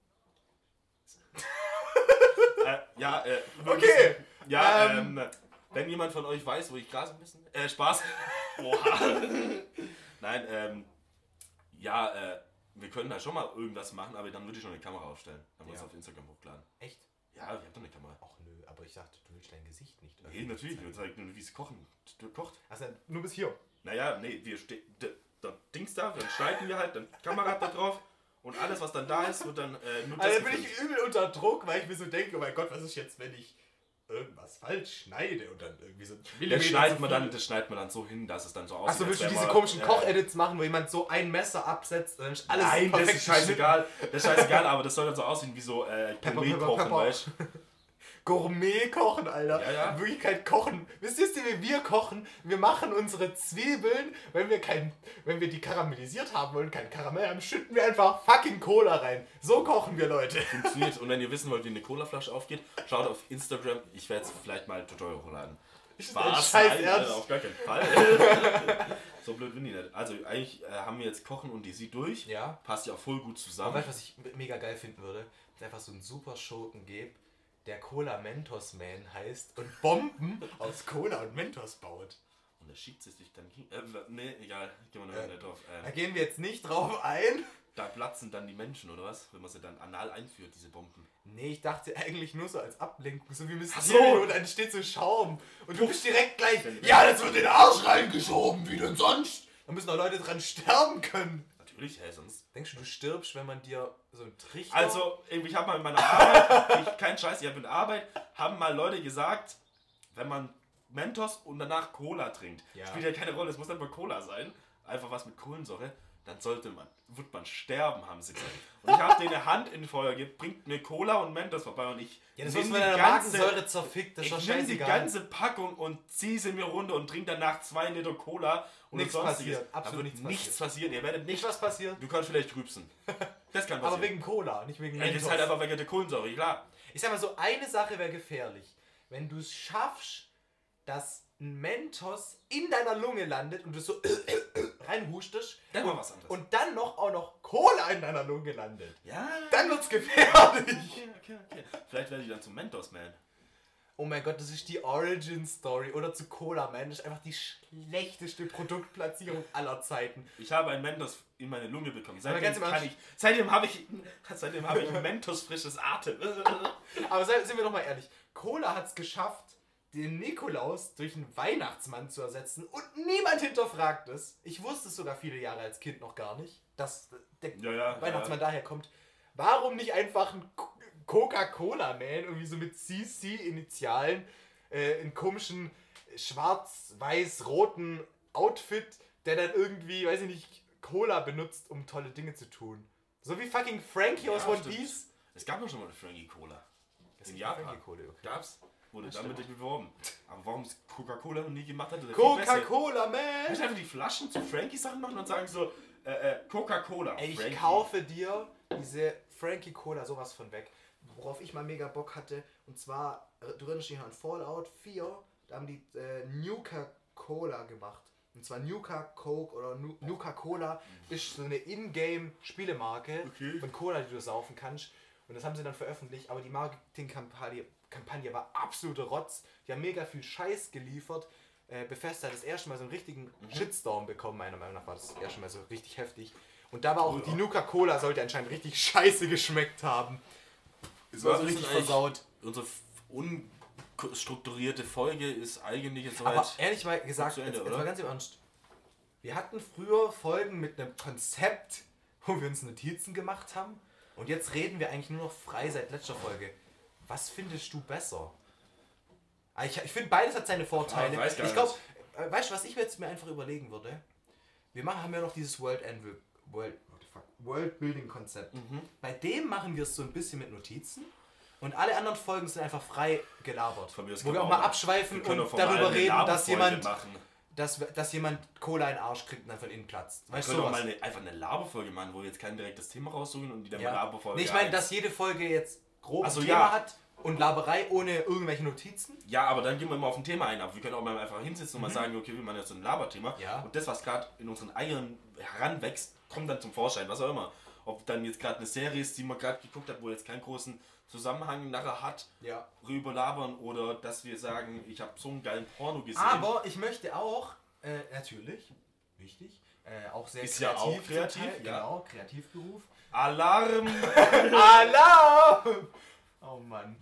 S2: Okay! Ja, wenn jemand von euch weiß, wo ich grasen müssen. Spaß. Oha. Nein, wir können da schon mal irgendwas machen, aber dann würde ich schon eine Kamera aufstellen. Dann muss es auf Instagram hochladen.
S3: Echt?
S2: Ja, ich habe doch eine Kamera.
S3: Ach nö, aber ich dachte, du willst dein Gesicht nicht.
S2: Nee, natürlich. Ich würde sagen, wie es kocht.
S3: Also nur bis hier.
S2: Naja, nee, da Dings da, dann schneiden wir halt, dann Kamera da drauf und alles, was dann da ist, wird dann nur
S3: Also bin ich übel unter Druck, weil ich mir so denke, oh mein Gott, was ist jetzt, wenn ich irgendwas falsch schneide und dann irgendwie so
S2: das schneidet man dann so hin, dass es dann so aussieht.
S3: Achso, willst du diese komischen Koch-Edits machen, wo jemand so ein Messer absetzt und dann ist alles
S2: Nein,
S3: perfekt
S2: das ist scheißegal. Das ist scheißegal, aber das soll dann so aussehen wie so Gourmet-Kochen, weißt du?
S3: Gourmet kochen, Alter.
S2: Ja.
S3: In Wirklichkeit kochen. Wisst ihr, wie wir kochen? Wir machen unsere Zwiebeln, wenn wir die karamellisiert haben wollen, kein Karamell haben, schütten wir einfach fucking Cola rein. So kochen wir, Leute.
S2: Funktioniert. Und wenn ihr wissen wollt, wie eine Colaflasche aufgeht, schaut auf Instagram. Ich werde es vielleicht mal Tutorial hochladen.
S3: Spaß,
S2: Nein,
S3: ernst?
S2: auf gar keinen Fall. So blöd bin ich nicht. Also eigentlich haben wir jetzt Kochen und Desi durch.
S3: Ja.
S2: Passt ja auch voll gut zusammen.
S3: Aber weißt du, was ich mega geil finden würde? Wenn es einfach so einen super Schurken gibt, der Cola Mentos Man heißt und Bomben aus Cola und Mentos baut.
S2: Und da schiebt es sich dann... nee, egal. Gehen wir noch nicht drauf.
S3: Da gehen wir jetzt nicht drauf ein.
S2: Da platzen dann die Menschen, oder was? Wenn man sie dann anal einführt, diese Bomben.
S3: Nee, ich dachte eigentlich nur so als Ablenkung, so wie
S2: Mysterio,
S3: so. Und dann steht so Schaum. Und du bist direkt gleich,
S2: ja, das wird in den Arsch reingeschoben, wie denn sonst?
S3: Da müssen auch Leute dran sterben können.
S2: Natürlich, sonst...
S3: Denkst du stirbst, wenn man dir so einen Trichter...
S2: Also, ich habe mal in meiner Arbeit, kein Scheiß, ich habe in der Arbeit, haben mal Leute gesagt, wenn man Mentos und danach Cola trinkt, spielt ja keine Rolle, es muss dann mal Cola sein, einfach was mit Kohlensäure, dann wird man sterben, haben sie gesagt. Und ich habe denen eine Hand in Feuer gegeben, bringt mir Cola und Mentos vorbei und ich...
S3: Ja, das ist mit einer Magensäure zerfickt, das ist doch scheißegal.
S2: Ich nehme die ganze Packung und ziehe sie mir runter und trinke danach 2 Liter Cola und
S3: nichts passiert, absolut
S2: nichts passiert. Ihr werdet nicht
S3: was passieren.
S2: Du kannst vielleicht rübsen. Das kann passieren.
S3: Aber wegen Cola, nicht wegen Mentos.
S2: Das ist halt einfach wegen der Kohlensäure, klar.
S3: Ich sag mal so, eine Sache wäre gefährlich. Wenn du es schaffst, dass ein Mentos in deiner Lunge landet und du so reinhustest
S2: dann mal was anderes.
S3: Und dann auch noch Cola in deiner Lunge landet.
S2: Ja.
S3: Dann wird's gefährlich.
S2: Okay. Vielleicht werde ich dann zum Mentos Man.
S3: Oh mein Gott, das ist die Origin Story. Oder zu Cola Man. Das ist einfach die schlechteste Produktplatzierung aller Zeiten.
S2: Ich habe ein Mentos in meine Lunge bekommen. Seitdem habe ich Mentos frisches Atem.
S3: Aber sind wir doch mal ehrlich. Cola hat es geschafft, den Nikolaus durch einen Weihnachtsmann zu ersetzen und niemand hinterfragt es. Ich wusste es sogar viele Jahre als Kind noch gar nicht, dass der Weihnachtsmann daher kommt. Warum nicht einfach ein Coca-Cola-Man, irgendwie so mit CC-Initialen, in komischen schwarz-weiß-roten Outfit, der dann irgendwie, weiß ich nicht, Cola benutzt, um tolle Dinge zu tun. So wie fucking Frankie aus One Piece.
S2: Es gab doch schon mal eine Frankie Cola.
S3: In Japan. Frankie Cola, okay.
S2: Gab's? Wurde damit beworben. Aber warum es Coca-Cola noch nie gemacht hat?
S3: Coca-Cola, man!
S2: Ich einfach die Flaschen zu Frankie-Sachen machen und sagen so, Coca-Cola.
S3: Ey, ich kaufe dir diese Frankie Cola sowas von weg. Worauf ich mal mega Bock hatte. Und zwar, du erinnerst dich an Fallout 4, da haben die Nuka Cola gemacht. Und zwar Nuka Coke oder Nuka Cola ist so eine Ingame-Spielemarke von Cola, die du saufen kannst. Und das haben sie dann veröffentlicht. Aber die Marketingkampagne war absoluter Rotz. Die haben mega viel Scheiß geliefert. Bethesda hat das erste Mal so einen richtigen Shitstorm bekommen. Meiner Meinung nach war das erste Mal so richtig heftig. Und da war auch die Nuka Cola sollte anscheinend richtig scheiße geschmeckt haben.
S2: Es war so richtig versaut. Unsere unstrukturierte Folge ist eigentlich jetzt
S3: aber ehrlich mal gesagt, jetzt mal ganz im Ernst. Wir hatten früher Folgen mit einem Konzept, wo wir uns Notizen gemacht haben. Und jetzt reden wir eigentlich nur noch frei seit letzter Folge. Was findest du besser? Ich finde, beides hat seine Vorteile. Ich glaube, weißt du, was ich jetzt mir einfach überlegen würde? haben ja noch dieses World-Building-Konzept. Bei dem machen wir es so ein bisschen mit Notizen. Und alle anderen Folgen sind einfach frei gelabert. Wo wir auch mal abschweifen und darüber reden, dass jemand Cola in den Arsch kriegt und dann von innen platzt.
S2: Weißt du, wir können auch mal einfach eine Laberfolge machen, wo wir jetzt kein direktes Thema raussuchen und die dann mal Laberfolge.
S3: Nee, ich meine, dass jede Folge jetzt grob ein Thema hat und Laberei ohne irgendwelche Notizen.
S2: Ja, aber dann gehen wir immer auf ein Thema ein. Aber wir können auch mal einfach hinsitzen und mal sagen, okay, wir machen jetzt so ein Laberthema. Ja. Und das, was gerade in unseren eigenen heranwächst, kommt dann zum Vorschein, was auch immer. Ob dann jetzt gerade eine Serie ist, die man gerade geguckt hat, wo jetzt keinen großen Zusammenhang nachher hat, rüber labern oder dass wir sagen, ich habe so einen geilen Porno gesehen.
S3: Aber ich möchte auch, natürlich, wichtig, auch sehr
S2: ist kreativ. Ist ja auch kreativ.
S3: Genau, Kreativberuf.
S2: Alarm!
S3: Alarm! Oh Mann.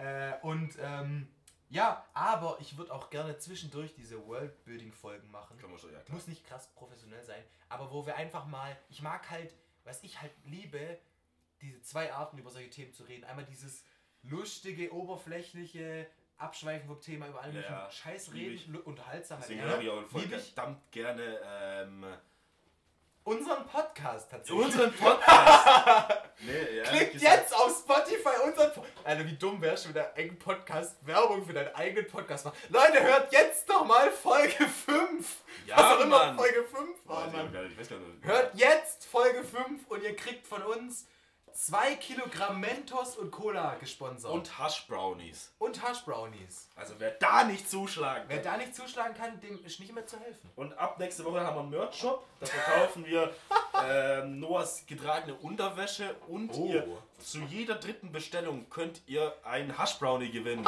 S3: Aber ich würde auch gerne zwischendurch diese Worldbuilding-Folgen machen.
S2: Können wir schon,
S3: muss nicht krass professionell sein, aber wo wir einfach mal, ich mag halt, was ich halt liebe, diese zwei Arten über solche Themen zu reden. Einmal dieses lustige, oberflächliche Abschweifen vom Thema über alle möglichen Scheiß reden, unterhaltsam.
S2: Deswegen habe ich auch verdammt gerne
S3: unseren Podcast tatsächlich.
S2: Unseren Podcast!
S3: Klickt jetzt auf Spotify unseren Podcast. Alter, wie dumm wärst du mit deinem eigenen Podcast Werbung für deinen eigenen Podcast machen. Leute, hört jetzt doch mal Folge 5.
S2: Ja,
S3: was auch immer Folge 5 war, Mann. Hört jetzt Folge 5 und ihr kriegt von uns 2 Kilogramm Mentos und Cola gesponsert.
S2: Und Hush Brownies.
S3: Also
S2: wer da nicht zuschlagen
S3: kann, dem ist nicht mehr zu helfen.
S2: Und ab nächste Woche haben wir einen Merch-Shop. Da verkaufen wir Noahs getragene Unterwäsche. Und ihr zu jeder dritten Bestellung könnt ihr einen Hush Brownie gewinnen.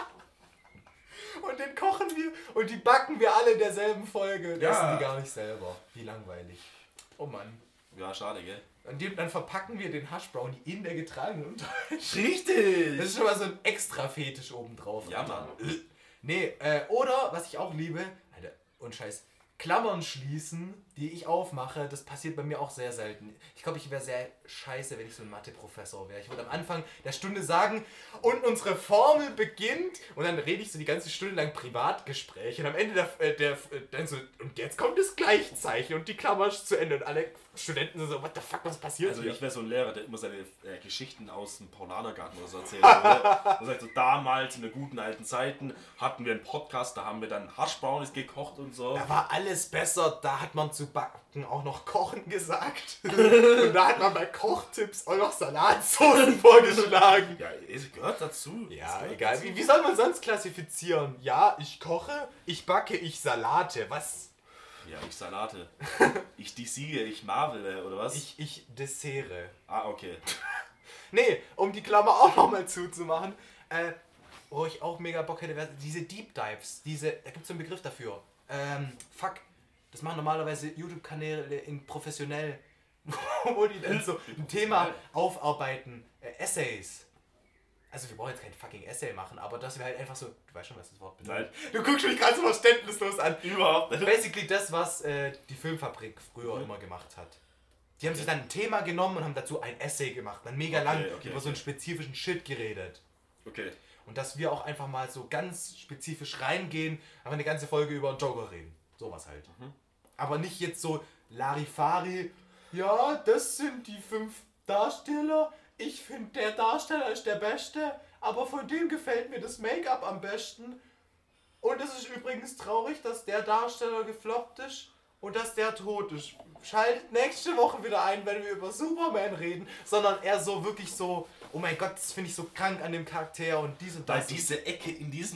S3: Und den kochen wir und die backen wir alle in derselben Folge. Das essen die gar nicht selber. Wie langweilig. Oh Mann.
S2: Ja, schade, gell?
S3: Und dann verpacken wir den Hush Brownie in der getragenen Unterwäsche.
S2: Richtig!
S3: Das ist schon mal so ein extra Fetisch obendrauf.
S2: Ja, Mann.
S3: Nee, oder, was ich auch liebe, Alter, und Scheiß, Klammern schließen, die ich aufmache, das passiert bei mir auch sehr selten. Ich glaube, ich wäre sehr scheiße, wenn ich so ein Mathe-Professor wäre. Ich würde am Anfang der Stunde sagen, und unsere Formel beginnt, und dann rede ich so die ganze Stunde lang Privatgespräche, und am Ende dann so, und jetzt kommt das Gleichzeichen, und die Klammer ist zu Ende, und alle Studenten sind so, what the fuck, was passiert
S2: also
S3: hier?
S2: Ich wäre so ein Lehrer, der immer seine Geschichten aus dem Paulanergarten oder so erzählt. Das heißt so, damals in den guten alten Zeiten hatten wir einen Podcast, da haben wir dann Hush Brownies gekocht und so.
S3: Da war alles besser, da hat man zu backen auch noch Kochen gesagt. Und da hat man bei Kochtipps auch noch Salatsoßen vorgeschlagen.
S2: Ja, es gehört dazu.
S3: Ja, egal. Wie soll man sonst klassifizieren? Ja, ich koche, ich backe, ich Salate. Was?
S2: Ja, ich Salate. Ich desiege, ich marvele, oder was?
S3: Ich dessere.
S2: Ah, okay.
S3: Nee, um die Klammer auch nochmal zuzumachen, wo ich auch mega Bock hätte, diese Deep Dives, da gibt es so einen Begriff dafür. Das machen normalerweise YouTube-Kanäle in professionell, wo die dann so ein Thema aufarbeiten. Essays. Also wir brauchen jetzt kein fucking Essay machen, aber dass wir halt einfach so, du weißt schon, was das Wort bedeutet. Du guckst mich gerade so verständnislos an.
S2: Überhaupt nicht.
S3: Basically das, was die Filmfabrik früher immer gemacht hat. Die haben sich dann ein Thema genommen und haben dazu ein Essay gemacht, dann mega lang über so einen spezifischen Shit geredet.
S2: Okay.
S3: Und dass wir auch einfach mal so ganz spezifisch reingehen, aber eine ganze Folge über einen Joker reden. Sowas halt. Aber nicht jetzt so Larifari, ja, das sind die 5 Darsteller, ich finde der Darsteller ist der Beste, aber von dem gefällt mir das Make-up am besten. Und es ist übrigens traurig, dass der Darsteller gefloppt ist und dass der tot ist. Schaltet nächste Woche wieder ein, wenn wir über Superman reden, sondern eher so wirklich so, oh mein Gott, das finde ich so krank an dem Charakter und dies und das.
S2: Weil diese Ecke in diesem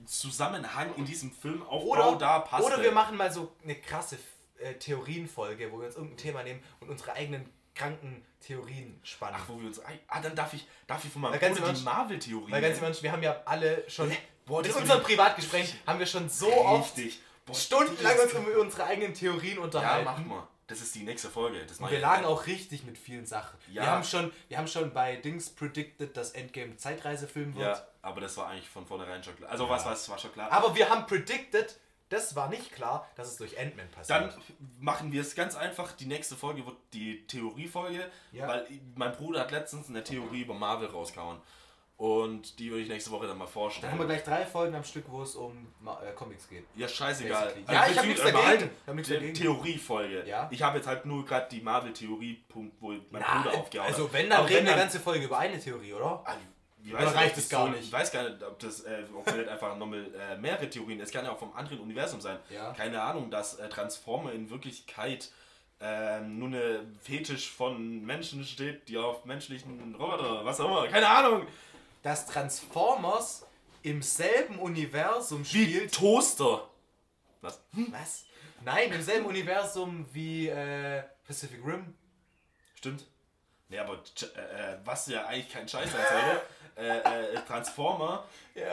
S2: Zusammenhang in diesem Filmaufbau da passt.
S3: Oder wir machen mal so eine krasse Theorienfolge, wo wir uns irgendein Thema nehmen und unsere eigenen kranken Theorien spannen.
S2: Ach, wo wir uns... dann darf ich von meinem Bruder die Marvel-Theorie...
S3: Weil ganz im Ernst, wir haben ja alle schon... in unserem Privatgespräch haben wir schon so oft stundenlang uns über unsere eigenen Theorien unterhalten.
S2: Ja, machen wir. Das ist die nächste Folge.
S3: Und wir lagen auch richtig mit vielen Sachen. Ja. Wir haben schon bei Dings predicted, dass Endgame ein Zeitreisefilm wird.
S2: Ja, aber das war eigentlich von vornherein schon klar. Also was war schon klar.
S3: Aber wir haben predicted, das war nicht klar, dass es durch Ant-Man passiert.
S2: Dann machen wir es ganz einfach. Die nächste Folge wird die Theoriefolge, weil mein Bruder hat letztens eine Theorie über Marvel rausgehauen. Und die würde ich nächste Woche dann mal vorstellen.
S3: Dann haben wir gleich 3 Folgen am Stück, wo es um Comics geht.
S2: Ja, scheißegal.
S3: Ja, ich habe nichts dagegen.
S2: Theoriefolge. Ja? Ich habe jetzt halt nur gerade die Marvel-Theorie-Punkt, wo mein Bruder aufgehauen hat.
S3: Also wenn, dann reden wir eine ganze Folge über eine Theorie, oder?
S2: Oder reicht es gar nicht? Ich weiß gar nicht, ob vielleicht einfach nochmal mehrere Theorien, es kann ja auch vom anderen Universum sein. Ja. Keine Ahnung, dass Transformer in Wirklichkeit nur eine Fetisch von Menschen steht, die auf menschlichen Roboter, was auch immer, keine Ahnung.
S3: Dass Transformers im selben Universum spielt.
S2: Wie Toaster. Was?
S3: Was? Nein, im selben Universum wie Pacific Rim.
S2: Stimmt. Ja, aber was ja eigentlich kein Scheiß sein sollte, Transformer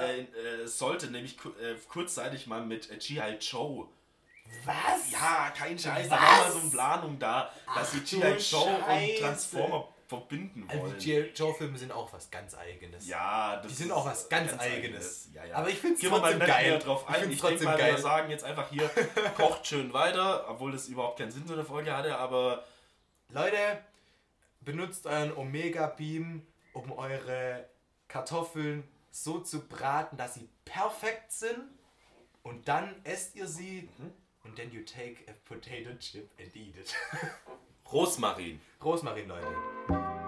S2: sollte nämlich kurzzeitig mal mit G.I. Joe.
S3: Was?
S2: Ja, kein Scheiß, da war mal so eine Planung da, dass die G.I. Joe und Transformer verbinden wollen.
S3: Also die G.I. Joe-Filme sind auch was ganz Eigenes.
S2: Ja,
S3: die sind auch was ganz Eigenes.
S2: Ja, ja.
S3: Aber ich finde es trotzdem geil.
S2: Drauf ein. Ich denke mal, wir sagen jetzt einfach hier, kocht schön weiter, obwohl das überhaupt keinen Sinn so eine Folge hatte, aber...
S3: Leute, benutzt euren Omega-Beam, um eure Kartoffeln so zu braten, dass sie perfekt sind und dann esst ihr sie und then you take a potato chip and eat it.
S2: Rosmarin.
S3: Rosmarin, Leute.